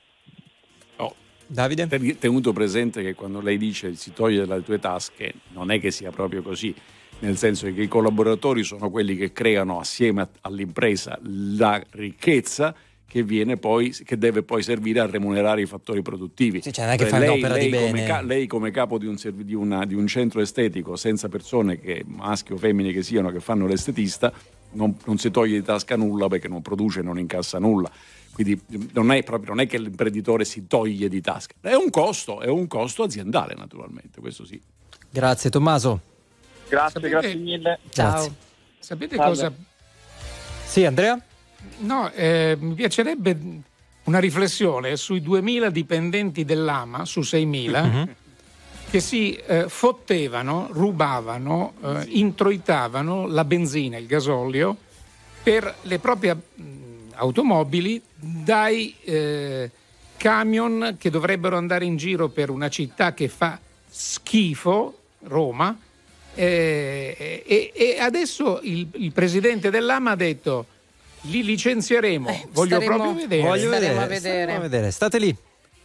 Davide? Tenuto presente che quando lei dice si toglie dalle tue tasche, non è che sia proprio così, nel senso che i collaboratori sono quelli che creano assieme all'impresa la ricchezza che deve poi servire a remunerare i fattori produttivi. Sì, cioè non è che fai un'opera di bene. Lei come capo di un centro estetico, senza persone, che maschi o femmine che siano, che fanno l'estetista, non si toglie di tasca nulla, perché non produce, non incassa nulla. Quindi non è che l'imprenditore si toglie di tasca, è un costo aziendale, naturalmente, questo sì. Grazie Tommaso. Grazie mille. Ciao. Grazie. Sapete cosa? Sì, Andrea? No, mi piacerebbe una riflessione sui 2.000 dipendenti dell'AMA su 6.000 che si fottevano, rubavano, introitavano la benzina, il gasolio per le proprie automobili dai camion che dovrebbero andare in giro per una città che fa schifo, Roma, e adesso il presidente dell'AMA ha detto: li licenzieremo. Voglio proprio vedere. Staremo a vedere. State lì.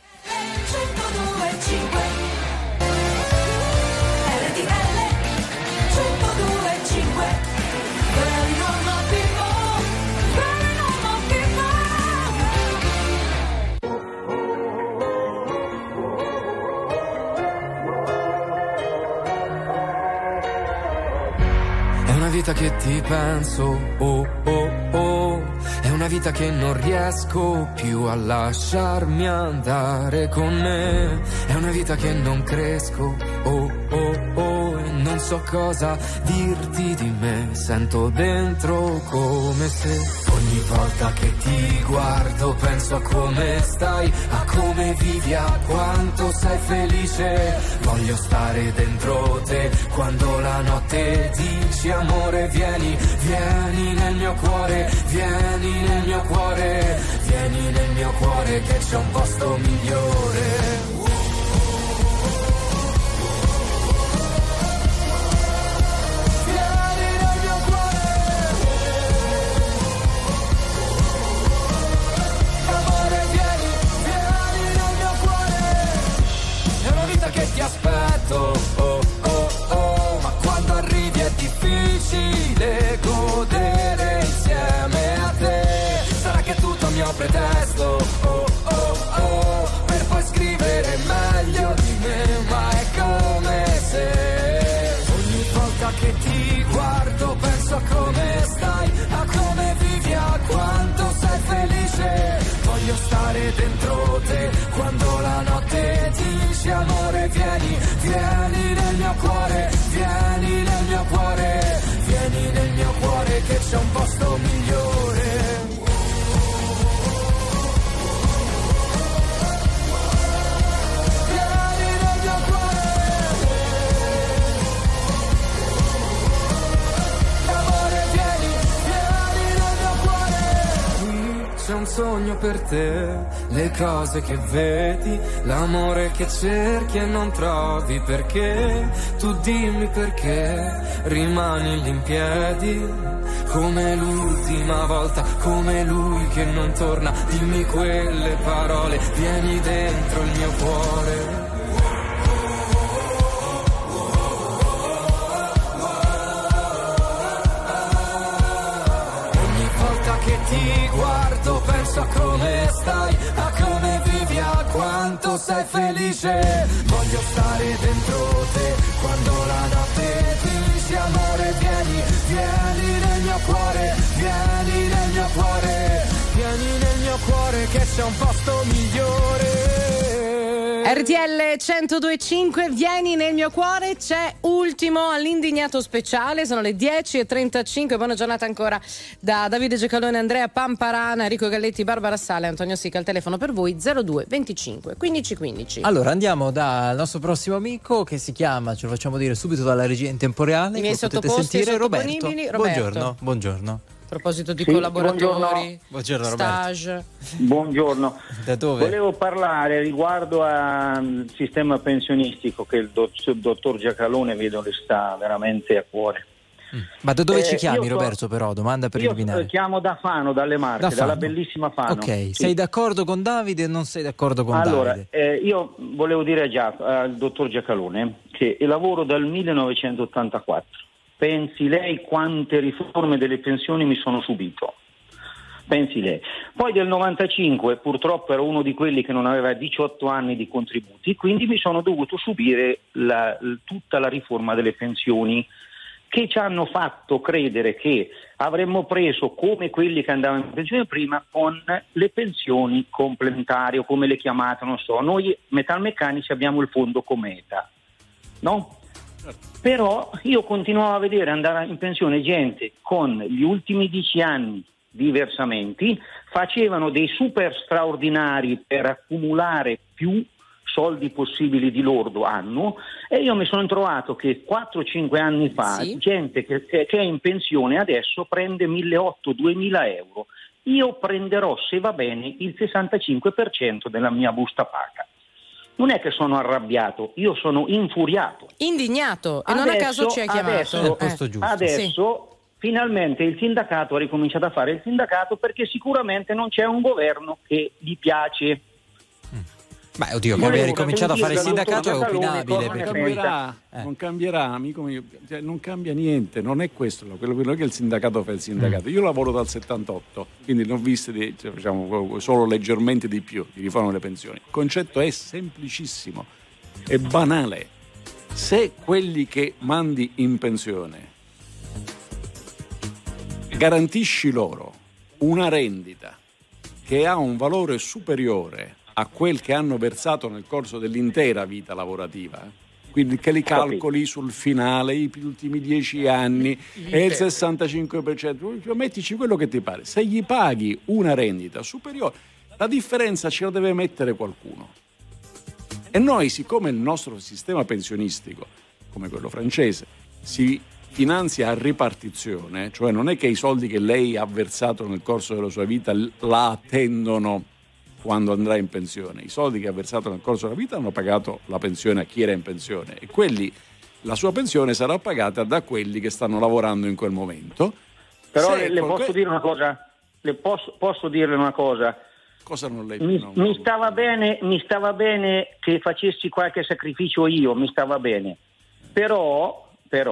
È una vita che ti penso, oh oh oh. È una vita che non riesco più a lasciarmi andare con me. È una vita che non cresco, oh oh oh. E non so cosa dirti di me. Sento dentro come se ogni volta che ti guardo penso a come stai, a come vivi, a quanto sei felice. Voglio stare dentro te quando la notte dici amore vieni, vieni nel mio cuore, vieni nel mio cuore, vieni nel mio cuore che c'è un posto migliore. Che ti aspetto, oh oh oh, ma quando arrivi è difficile godere insieme a te. Sarà che è tutto mio pretesto, oh oh oh, per poi scrivere meglio di me, ma è come se ogni volta che ti guardo penso a come stai, a come vivi, a quanto sei felice. Voglio stare dentro te quando la notte dici amore vieni, vieni nel mio cuore, vieni nel mio cuore, vieni nel mio cuore che c'è un posto migliore. C'è un sogno per te, le cose che vedi, l'amore che cerchi e non trovi, perché tu dimmi perché rimani lì in piedi, come l'ultima volta, come lui che non torna, dimmi quelle parole, vieni dentro il mio cuore. Ti guardo, penso a come stai, a come vivi, a quanto sei felice. Voglio stare dentro te quando la notte dici amore vieni, vieni nel mio cuore, vieni nel mio cuore, vieni nel mio cuore che c'è un posto migliore. RTL 102.5, vieni nel mio cuore, c'è ultimo all'indignato speciale, sono le 10:35, buona giornata ancora da Davide Gecalone, Andrea Pamparana, Enrico Galletti, Barbara Sale, Antonio Sica, al telefono per voi 02 25 15 15. Allora andiamo dal nostro prossimo amico che si chiama, ce lo facciamo dire subito dalla regia in tempo reale, I miei potete sottoposti sentire, Roberto. Roberto. Buongiorno. A proposito di collaboratori, buongiorno stage. Buongiorno. Da dove? Volevo parlare riguardo al sistema pensionistico che il dottor Giacalone vedo le sta veramente a cuore. Ma da dove ci chiami, Roberto, però? Domanda preliminare. Io chiamo da Fano, dalle Marche, dalla bellissima Fano. Ok, sì. Sei d'accordo con Davide o non sei d'accordo con Davide? Allora, io volevo dire al dottor Giacalone che lavoro dal 1984. Pensi lei quante riforme delle pensioni mi sono subito. Pensi lei. Poi del 95 purtroppo ero uno di quelli che non aveva 18 anni di contributi, quindi mi sono dovuto subire tutta la riforma delle pensioni, che ci hanno fatto credere che avremmo preso come quelli che andavano in pensione prima con le pensioni complementari o come le chiamate, non so. Noi metalmeccanici abbiamo il fondo Cometa, no? Però io continuavo a vedere andare in pensione gente con gli ultimi 10 anni di versamenti, facevano dei super straordinari per accumulare più soldi possibili di lordo anno, e io mi sono trovato che 4-5 anni fa gente che è in pensione adesso prende 1.800-2.000 euro. Io prenderò, se va bene, il 65% della mia busta paga. Non è che sono arrabbiato, io sono infuriato. Indignato, e non a caso ci ha chiamato. Adesso finalmente il sindacato ha ricominciato a fare il sindacato, perché sicuramente non c'è un governo che gli piace. Beh, oddio, che abbia ricominciato a fare il sindacato è opinabile. Non cambierà, amico mio, cioè, non cambia niente, non è questo quello che il sindacato fa il sindacato. Io lavoro dal 78, quindi ne ho viste facciamo solo leggermente di più di riforma delle pensioni. Il concetto è semplicissimo, è banale. Se quelli che mandi in pensione garantisci loro una rendita che ha un valore superiore a quel che hanno versato nel corso dell'intera vita lavorativa, quindi che li calcoli sul finale, gli ultimi 10 anni e il 65%, mettici quello che ti pare. Se gli paghi una rendita superiore, la differenza ce la deve mettere qualcuno. E noi, siccome il nostro sistema pensionistico, come quello francese, si finanzia a ripartizione, cioè non è che i soldi che lei ha versato nel corso della sua vita la attendono quando andrà in pensione. I soldi che ha versato nel corso della vita hanno pagato la pensione a chi era in pensione, e la sua pensione sarà pagata da quelli che stanno lavorando in quel momento. Però le posso dire una cosa? Posso dirle una cosa? Cosa non le mi stava bene che facessi qualche sacrificio io, mi stava bene. Però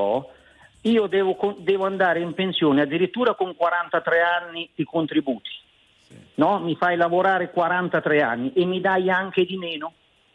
io devo andare in pensione addirittura con 43 anni di contributi. No? Mi fai lavorare 43 anni e mi dai anche di meno?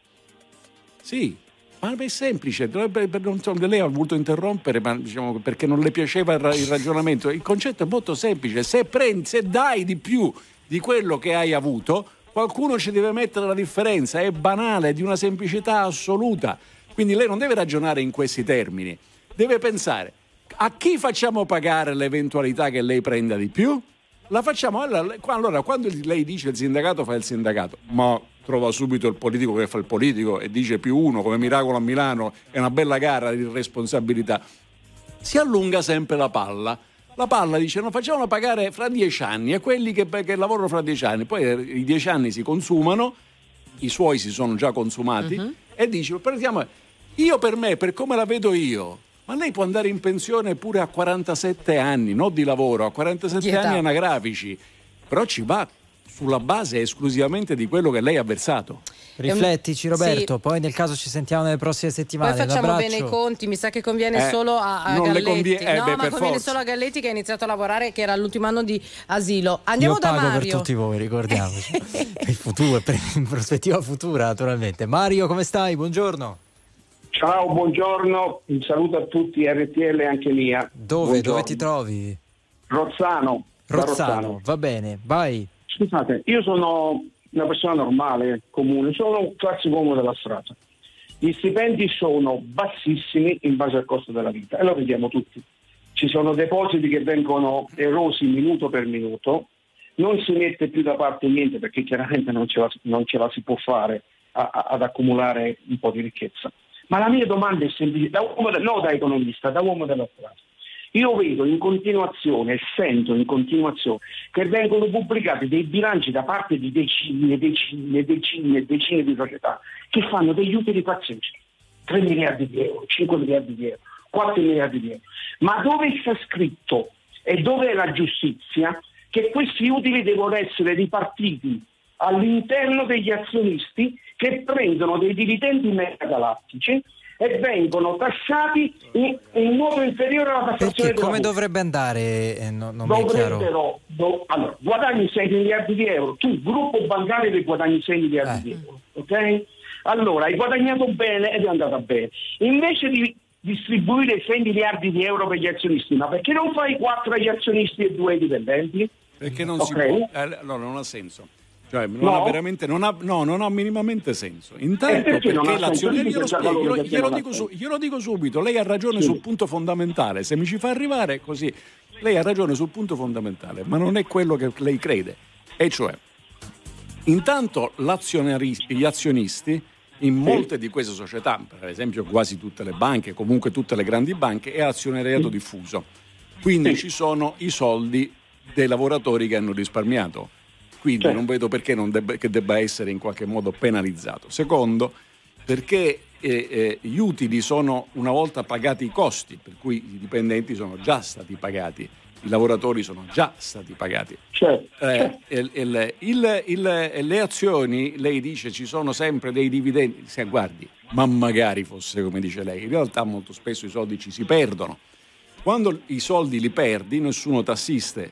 Sì, ma è semplice. Lei ha voluto interrompere, ma diciamo perché non le piaceva il ragionamento. Il concetto è molto semplice: se dai di più di quello che hai avuto, qualcuno ci deve mettere la differenza. È banale, è di una semplicità assoluta. Quindi lei non deve ragionare in questi termini, deve pensare: a chi facciamo pagare l'eventualità che lei prenda di più? La facciamo allora, quando lei dice il sindacato fa il sindacato, ma trova subito il politico che fa il politico e dice +1 come miracolo a Milano, è una bella gara di responsabilità, si allunga sempre la palla dice no, facciamolo pagare fra 10 anni e quelli che lavorano fra 10 anni, poi i 10 anni si consumano, i suoi si sono già consumati, e dice io per come la vedo io. Ma lei può andare in pensione pure a 47 anni, non di lavoro, a 47 anni anagrafici, però ci va sulla base esclusivamente di quello che lei ha versato. Riflettici Roberto, poi nel caso ci sentiamo nelle prossime settimane. Poi facciamo bene i conti, mi sa che conviene solo a Galletti. Conviene solo a Galletti, che ha iniziato a lavorare, che era l'ultimo anno di asilo. Andiamo Io da pago Mario. per tutti voi, ricordiamoci. Per il futuro, in prospettiva futura naturalmente. Mario, come stai? Buongiorno. Ciao, buongiorno, un saluto a tutti, RTL anche mia. Dove ti trovi? Rozzano, va bene, vai. Scusate, io sono una persona normale, comune, sono un classico uomo della strada. Gli stipendi sono bassissimi in base al costo della vita, e lo vediamo tutti. Ci sono depositi che vengono erosi minuto per minuto, non si mette più da parte niente perché chiaramente non ce la si può fare ad accumulare un po' di ricchezza. Ma la mia domanda è semplice, non da economista, da uomo della strada. Io vedo in continuazione e sento in continuazione che vengono pubblicati dei bilanci da parte di decine di società che fanno degli utili pazzeschi. 3 miliardi di euro, 5 miliardi di euro, 4 miliardi di euro. Ma dove sta scritto e dove è la giustizia che questi utili devono essere ripartiti all'interno degli azionisti che prendono dei dividendi megagalattici e vengono tassati in modo inferiore alla tassazione? Perché come dovrebbe andare? Non mi è chiaro. allora, guadagni 6 miliardi di euro, tu gruppo bancario che guadagni 6 miliardi di euro, ok? Allora, hai guadagnato bene ed è andata bene. Invece di distribuire 6 miliardi di euro per gli azionisti, ma perché non fai 4 agli azionisti e 2 ai dipendenti? Perché non si può, allora non ha senso. Cioè, non ha minimamente senso. Intanto perché l'azione, glielo dico subito, lei ha ragione sul punto fondamentale, se mi ci fa arrivare così, lei ha ragione sul punto fondamentale, ma non è quello che lei crede, e cioè, intanto gli azionisti in molte di queste società, per esempio quasi tutte le banche, comunque tutte le grandi banche, è azionariato diffuso, quindi ci sono i soldi dei lavoratori che hanno risparmiato. Quindi non vedo perché che debba essere in qualche modo penalizzato. Secondo, perché gli utili sono una volta pagati i costi, per cui i dipendenti sono già stati pagati, i lavoratori sono già stati pagati. Le azioni, lei dice ci sono sempre dei dividendi, guardi, ma magari fosse come dice lei, in realtà molto spesso i soldi ci si perdono. Quando i soldi li perdi, nessuno t'assiste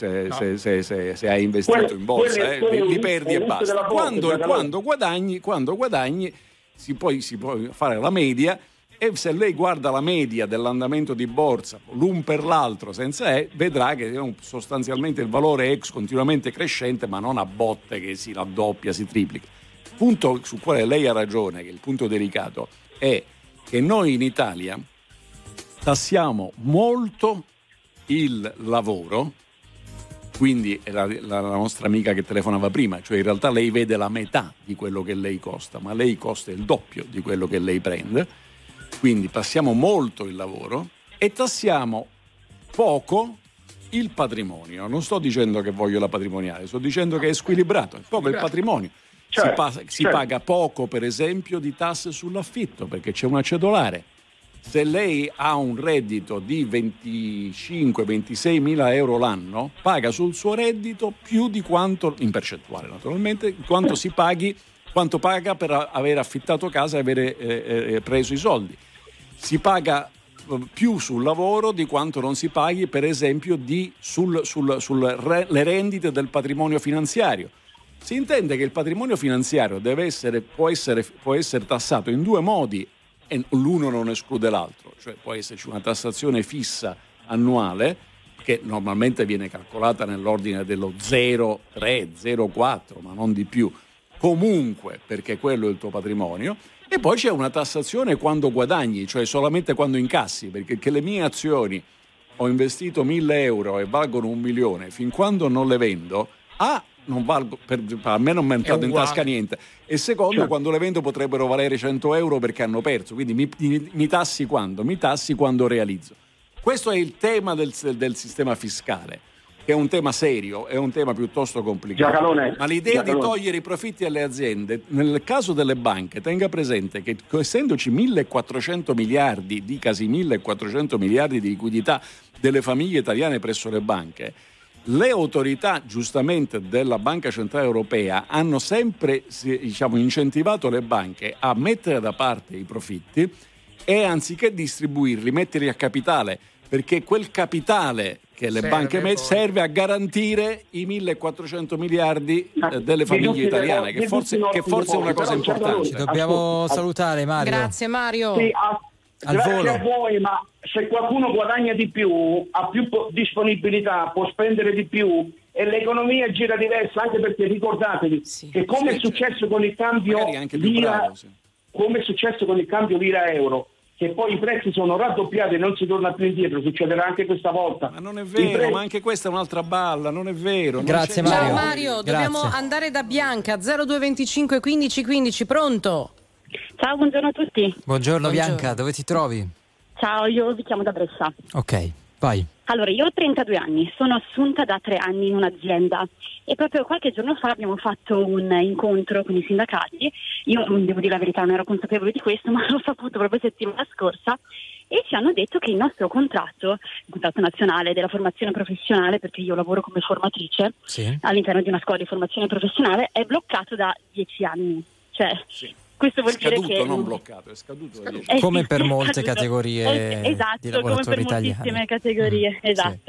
se hai investito in borsa, li perdi e basta. Quando guadagni si può fare la media, e se lei guarda la media dell'andamento di borsa l'un per l'altro vedrà che sostanzialmente il valore è continuamente crescente, ma non a botte che si raddoppia, si triplica. Il punto su quale lei ha ragione, che il punto delicato, è che noi in Italia tassiamo molto il lavoro, quindi è la nostra amica che telefonava prima, cioè in realtà lei vede la metà di quello che lei costa, ma lei costa il doppio di quello che lei prende, quindi tassiamo molto il lavoro e tassiamo poco il patrimonio. Non sto dicendo che voglio la patrimoniale, sto dicendo che è squilibrato, è proprio il patrimonio. Si paga poco, per esempio, di tasse sull'affitto, perché c'è una cedolare. Se lei ha un reddito di 25-26 mila euro l'anno, paga sul suo reddito più di quanto, in percentuale naturalmente, quanto paga per aver affittato casa e avere preso i soldi. Si paga più sul lavoro di quanto non si paghi, per esempio, sulle rendite del patrimonio finanziario. Si intende che il patrimonio finanziario può essere tassato in due modi, e l'uno non esclude l'altro, cioè può esserci una tassazione fissa annuale che normalmente viene calcolata nell'ordine dello 0,3, 0,4, ma non di più, comunque perché quello è il tuo patrimonio, e poi c'è una tassazione quando guadagni, cioè solamente quando incassi, perché che le mie azioni ho investito 1.000 euro e valgono 1 milione, fin quando non le vendo, non valgo, a me non mi è entrato in tasca niente, e secondo, quando le vendo potrebbero valere 100 euro perché hanno perso, quindi mi tassi quando? Mi tassi quando realizzo. Questo è il tema del sistema fiscale, che è un tema serio, è un tema piuttosto complicato. Ma l'idea di togliere i profitti alle aziende, nel caso delle banche, tenga presente che essendoci 1.400 miliardi, dicasi 1.400 miliardi di liquidità delle famiglie italiane presso le banche, le autorità giustamente della Banca Centrale Europea hanno sempre incentivato le banche a mettere da parte i profitti e anziché distribuirli, metterli a capitale, perché quel capitale che le banche serve a garantire i 1.400 miliardi delle famiglie italiane, che forse è una cosa importante. Ci dobbiamo salutare, Mario. Grazie, Mario. Sì, grazie a voi, ma se qualcuno guadagna di più, ha più disponibilità, può spendere di più e l'economia gira diversa, anche perché ricordatevi che come è successo con il cambio come è successo con il cambio lira-euro, che poi i prezzi sono raddoppiati e non si torna più indietro, succederà anche questa volta. Ma non è vero, ma anche questa è un'altra balla, non è vero. Grazie Mario. Ciao Mario, dobbiamo andare da Bianca, 0225 15 15, pronto? Ciao, buongiorno a tutti. Buongiorno Bianca, dove ti trovi? Ciao, io vi chiamo da Brescia. Ok, vai. Allora, io ho 32 anni, sono assunta da 3 anni in un'azienda e proprio qualche giorno fa abbiamo fatto un incontro con i sindacati. Io devo dire la verità, non ero consapevole di questo, ma l'ho saputo proprio settimana scorsa, e ci hanno detto che il nostro contratto, il contratto nazionale della formazione professionale, perché io lavoro come formatrice all'interno di una scuola di formazione professionale, è bloccato da 10 anni. Cioè, questo vuol dire che non bloccato, è scaduto da 10 anni. Come per molte categorie esatto, di lavoratori come per italiani. moltissime categorie, esatto.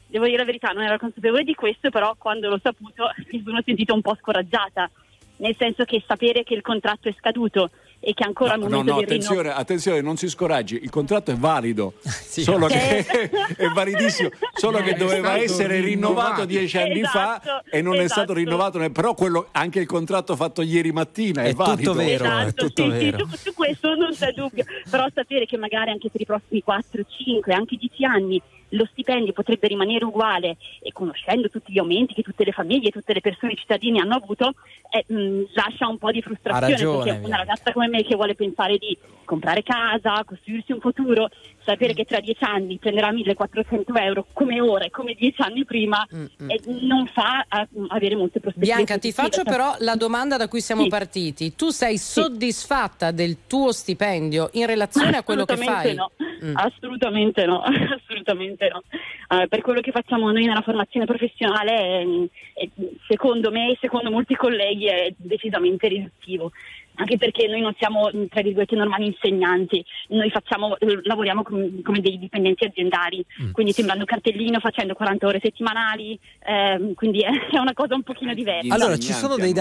devo dire la verità, non ero consapevole di questo, però quando l'ho saputo mi sono sentita un po' scoraggiata, nel senso che sapere che il contratto è scaduto e che ancora al momento del attenzione, non si scoraggi, il contratto è valido, solo che è validissimo, solo che doveva essere rinnovato 10 anni fa e non è stato rinnovato, però anche il contratto fatto ieri mattina è valido. Tutto vero, è tutto vero. Su questo non c'è dubbio, però sapere che magari anche per i prossimi 4, 5, anche 10 anni lo stipendio potrebbe rimanere uguale, e conoscendo tutti gli aumenti che tutte le famiglie, tutte le persone, i cittadini hanno avuto, lascia un po' di frustrazione, perché una ragazza come me che vuole pensare di comprare casa, costruirsi un futuro, sapere che tra 10 anni prenderà 1.400 euro come ora e come 10 anni prima non fa avere molte prospettive. Bianca, ti faccio però la domanda da cui siamo partiti. Tu sei soddisfatta del tuo stipendio in relazione a quello che fai? No. Assolutamente no, assolutamente no. Per quello che facciamo noi nella formazione professionale, secondo me e secondo molti colleghi, è decisamente riduttivo. Anche perché noi non siamo, tra virgolette, normali insegnanti, noi lavoriamo come dei dipendenti aziendali, quindi sembrando cartellino, facendo 40 ore settimanali, quindi è una cosa un pochino diversa. Allora, ci sono dei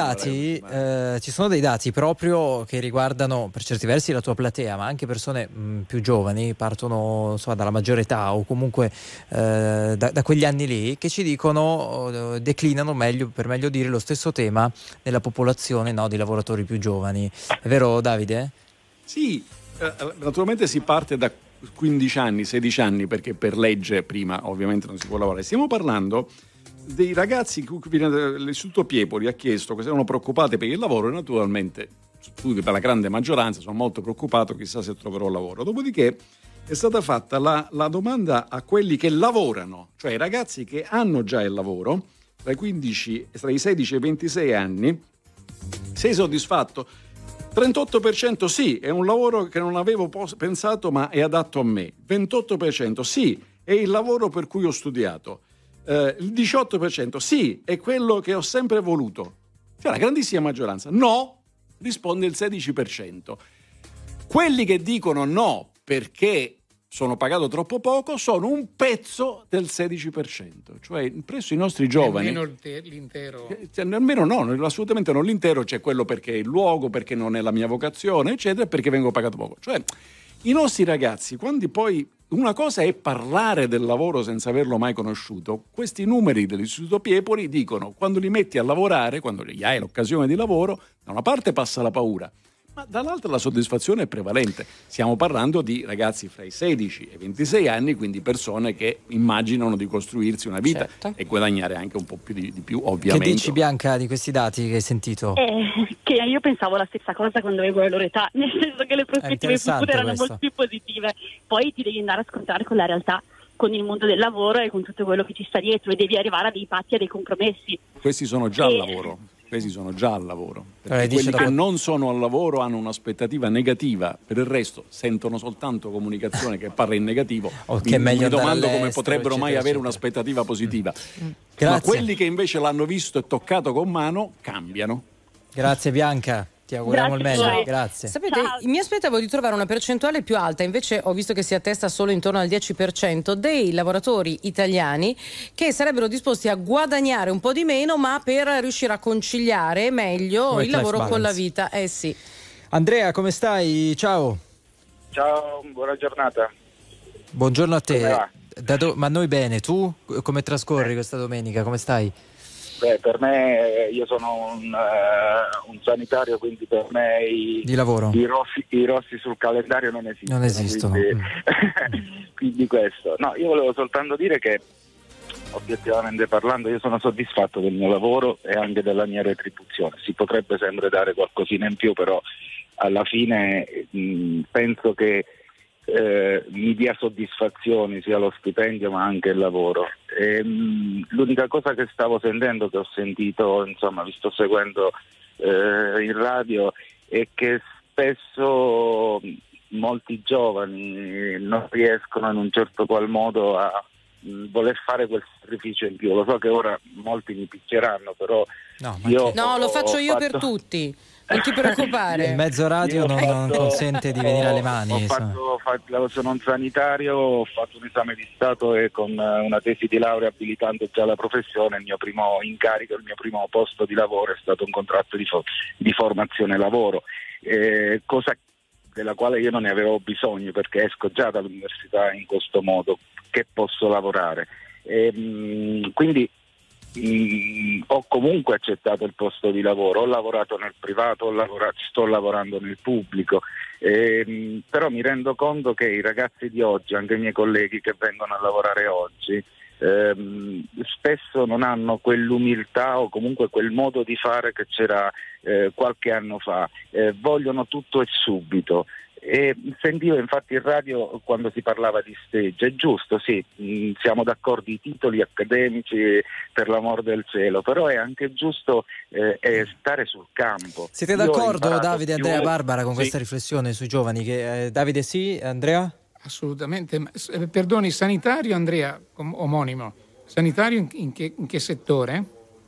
dati proprio che riguardano per certi versi la tua platea, ma anche persone più giovani, partono dalla maggiore età o comunque da quegli anni lì, che ci dicono, declinano per meglio dire lo stesso tema nella popolazione, no, dei lavoratori più giovani. È vero, Davide? Sì, naturalmente si parte da 15 anni, 16 anni, perché per legge prima ovviamente non si può lavorare. Stiamo parlando dei ragazzi che l'Istituto Piepoli ha chiesto che erano preoccupati per il lavoro, e naturalmente per la grande maggioranza sono molto preoccupato, chissà se troverò lavoro. Dopodiché è stata fatta la domanda a quelli che lavorano, cioè i ragazzi che hanno già il lavoro, tra i 16 e i 26 anni. Sei soddisfatto? 38% sì, è un lavoro che non avevo pensato ma è adatto a me. 28% sì, è il lavoro per cui ho studiato. Il 18% sì, è quello che ho sempre voluto. Cioè la grandissima maggioranza no, risponde il 16%. Quelli che dicono no perché sono pagato troppo poco sono un pezzo del 16%, cioè presso i nostri giovani almeno l'intero, almeno no, assolutamente non l'intero. C'è quello perché è il luogo, perché non è la mia vocazione, eccetera, perché vengo pagato poco. Cioè i nostri ragazzi, quando poi una cosa è parlare del lavoro senza averlo mai conosciuto, questi numeri dell'Istituto Piepoli dicono, quando li metti a lavorare, quando gli hai l'occasione di lavoro, da una parte passa la paura, ma dall'altra la soddisfazione è prevalente. Stiamo parlando di ragazzi fra i 16 e i 26 anni, quindi persone che immaginano di costruirsi una vita, certo, e guadagnare anche un po' più di più, ovviamente. Che dici, Bianca, di questi dati che hai sentito? Che io pensavo la stessa cosa quando avevo la loro età, nel senso che le prospettive future erano molto più positive. Poi ti devi andare a scontrare con la realtà, con il mondo del lavoro e con tutto quello che ci sta dietro, e devi arrivare a dei patti, a dei compromessi. Questi sono già al lavoro. Questi sono già al lavoro, perché quelli che non sono al lavoro hanno un'aspettativa negativa, per il resto sentono soltanto comunicazione che parla in negativo. Mi domando come potrebbero mai avere un'aspettativa positiva. Ma quelli che invece l'hanno visto e toccato con mano cambiano. Grazie Bianca. Ti auguriamo il meglio, grazie. Sapete, mi aspettavo di trovare una percentuale più alta, invece ho visto che si attesta solo intorno al 10% dei lavoratori italiani che sarebbero disposti a guadagnare un po' di meno, ma per riuscire a conciliare meglio il lavoro con la vita. Sì. Andrea, come stai? Ciao. Ciao, buona giornata. Buongiorno a te. Ma noi bene, tu come trascorri questa domenica? Come stai? Beh, per me, io sono un sanitario, quindi per me di lavoro. I rossi sul calendario non esistono. Non esistono. Quindi questo. No, io volevo soltanto dire che, obiettivamente parlando, io sono soddisfatto del mio lavoro e anche della mia retribuzione. Si potrebbe sempre dare qualcosina in più, però alla fine penso che mi dia soddisfazioni sia lo stipendio ma anche il lavoro. L'unica cosa che stavo sentendo, che ho sentito, insomma, vi sto seguendo in radio, è che spesso molti giovani non riescono in un certo qual modo a voler fare quel sacrificio in più. Lo so che ora molti mi picchieranno, però lo faccio io per tutti. Non ti preoccupare. Il mezzo radio non consente di venire alle mani. Sono un sanitario, ho fatto un esame di Stato e con una tesi di laurea abilitante già la professione, il mio primo incarico, il mio primo posto di lavoro è stato un contratto di formazione lavoro, cosa della quale io non ne avevo bisogno perché esco già dall'università in questo modo, che posso lavorare. Quindi ho comunque accettato il posto di lavoro, ho lavorato nel privato, sto lavorando nel pubblico, però mi rendo conto che i ragazzi di oggi, anche i miei colleghi che vengono a lavorare oggi, spesso non hanno quell'umiltà o comunque quel modo di fare che c'era qualche anno fa, vogliono tutto e subito. E sentivo infatti in radio quando si parlava di stage, è giusto, sì, siamo d'accordo, i titoli accademici per l'amor del cielo, però è anche giusto stare sul campo. Siete d'accordo, Davide, Andrea, Barbara, con questa riflessione sui giovani? Davide sì, Andrea? Assolutamente. Perdoni, sanitario, Andrea, omonimo, sanitario in che settore?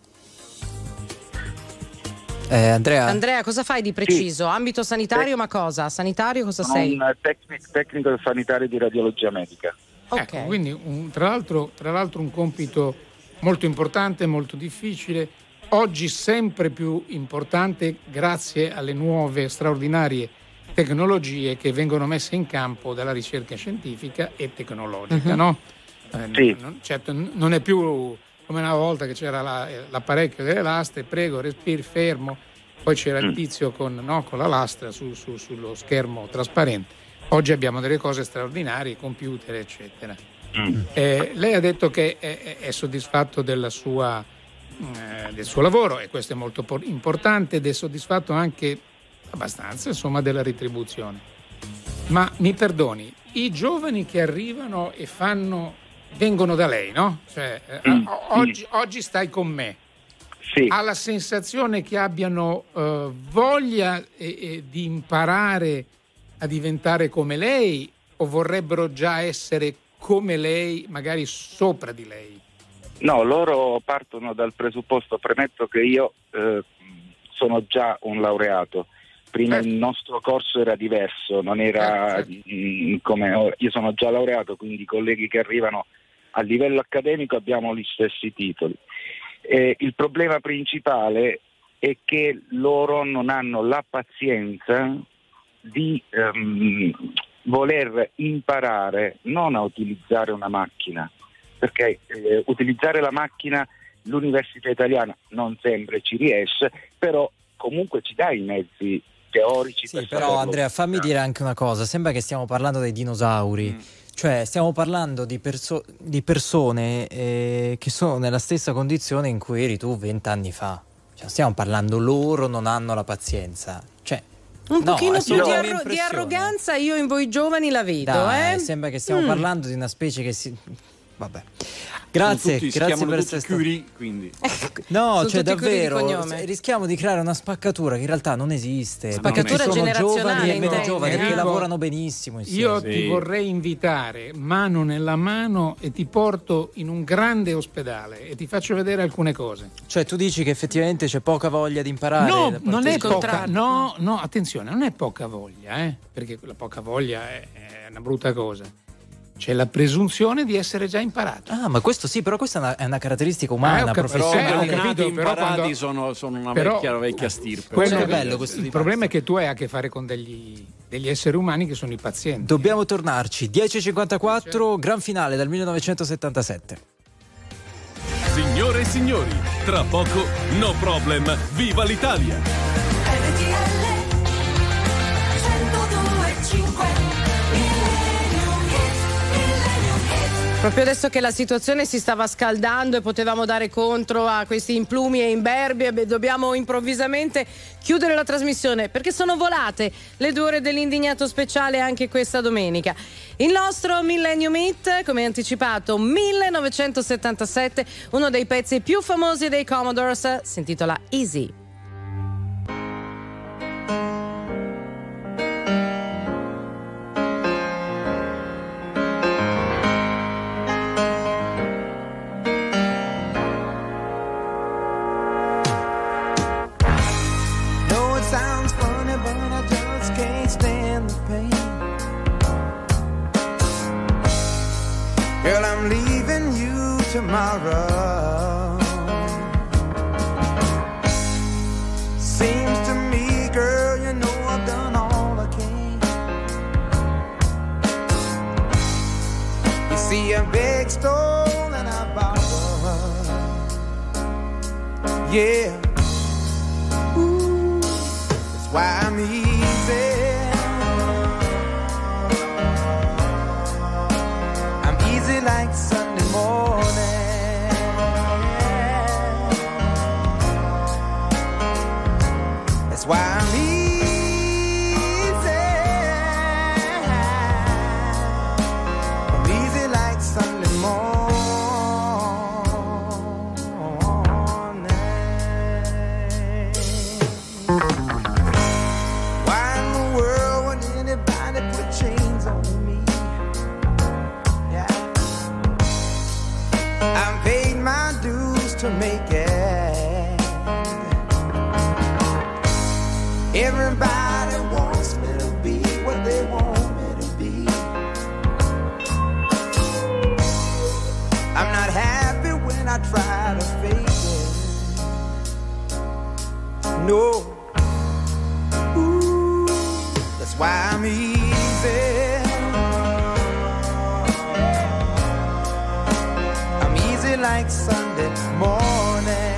Andrea, cosa fai di preciso? Sì. Ambito sanitario, ma cosa? Sanitario cosa sei? Un tecnico sanitario di radiologia medica. Okay. Ecco, quindi tra l'altro un compito molto importante, molto difficile, oggi sempre più importante grazie alle nuove straordinarie tecnologie che vengono messe in campo dalla ricerca scientifica e tecnologica, no? Sì. Certo, non è più come una volta che c'era l'apparecchio delle lastre, prego, respiri, fermo, poi c'era il tizio con la lastra sullo schermo trasparente. Oggi abbiamo delle cose straordinarie, computer, eccetera. Lei ha detto che è soddisfatto del suo lavoro, e questo è molto importante, ed è soddisfatto anche abbastanza, insomma, della retribuzione. Ma mi perdoni, i giovani che arrivano e vengono da lei, no? Cioè, oggi stai con me. Sì. Ha la sensazione che abbiano voglia di imparare a diventare come lei, o vorrebbero già essere come lei, magari sopra di lei? No, loro partono dal presupposto, premetto che io sono già un laureato. Prima il nostro corso era diverso, non era come ora. Io sono già laureato, quindi i colleghi che arrivano a livello accademico abbiamo gli stessi titoli. Il problema principale è che loro non hanno la pazienza di voler imparare non a utilizzare una macchina, perché utilizzare la macchina l'università italiana non sempre ci riesce, però comunque ci dà i mezzi teorici. Sì, però Andrea, fammi dire anche una cosa, sembra che stiamo parlando dei dinosauri. Cioè stiamo parlando di persone che sono nella stessa condizione in cui eri tu 20 anni fa. Cioè, stiamo parlando, loro non hanno la pazienza. Cioè, un pochino più di arroganza io in voi giovani la vedo. Dai, sembra che stiamo parlando di una specie che si... Vabbè. Grazie per essere Curie, quindi. No, cioè davvero rischiamo di creare una spaccatura che in realtà non esiste. Spaccatura generazionale, giovani e meno giovani che lavorano benissimo insieme. Io ti vorrei invitare mano nella mano e ti porto in un grande ospedale e ti faccio vedere alcune cose. Cioè tu dici che effettivamente c'è poca voglia di imparare? No, non è poca. No, attenzione, non è poca voglia, perché la poca voglia è una brutta cosa. C'è la presunzione di essere già imparato. Ah, ma questo sì, però questa è una caratteristica umana, professionale. Però nati imparati sono una vecchia stirpe. Quello è bello, questo il problema è che tu hai a che fare con degli esseri umani che sono i pazienti. Dobbiamo tornarci. 10:54, gran finale dal 1977. Signore e signori, tra poco No Problem, viva l'Italia! Proprio adesso che la situazione si stava scaldando e potevamo dare contro a questi implumi e imberbi, dobbiamo improvvisamente chiudere la trasmissione perché sono volate le 2 ore dell'indignato speciale anche questa domenica. Il nostro Millennium Hit, come anticipato, 1977, uno dei pezzi più famosi dei Commodores, si intitola Easy. Sounds Girl, I'm leaving you tomorrow. Seems to me, girl, you know I've done all I can. You see, I beg, stole, and I borrowed. Yeah. Ooh, that's why I'm easy. I'm easy like Sunday morning. That's why I'm easy. I'm easy like Sunday morning. Why in the world would anybody put chains on me? Yeah. I paid my dues to make it. Everybody wants me to be what they want me to be. I'm not happy when I try to fake it. No. Ooh, that's why I'm easy. I'm easy like Sunday morning.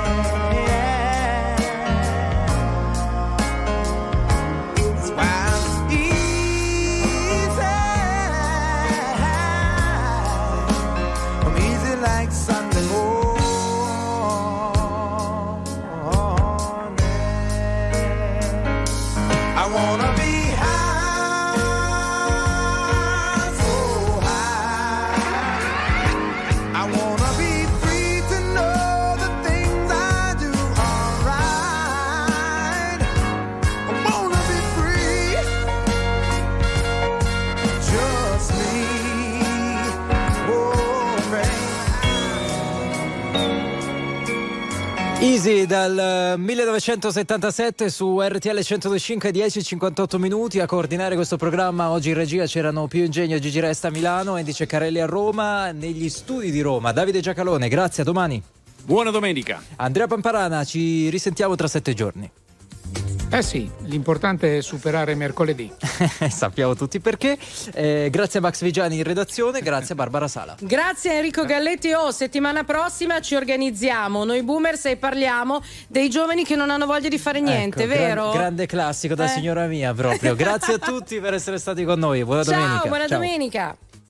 That's why I'm easy. I'm easy like Sunday morning. I wanna be high, so high. I wanna be free to know the things I do are right. I wanna be free, just me, oh man. Easy dal 1977 su RTL 102.5, 10:58 minuti. A coordinare questo programma oggi in regia c'erano Pio Ingegno, Gigi Resta a Milano, Andy Ceccarelli a Roma. Negli studi di Roma Davide Giacalone, grazie, a domani. Buona domenica. Andrea Pamparana, ci risentiamo tra 7 giorni. Eh sì, l'importante è superare mercoledì. Sappiamo tutti perché. Grazie a Max Vigiani in redazione, grazie a Barbara Sala. Grazie a Enrico Galletti. Settimana prossima ci organizziamo noi boomers e parliamo dei giovani che non hanno voglia di fare niente, Ecco, vero? Grande classico da signora mia proprio. Grazie a tutti per essere stati con noi. Buona domenica. Ciao, buona domenica.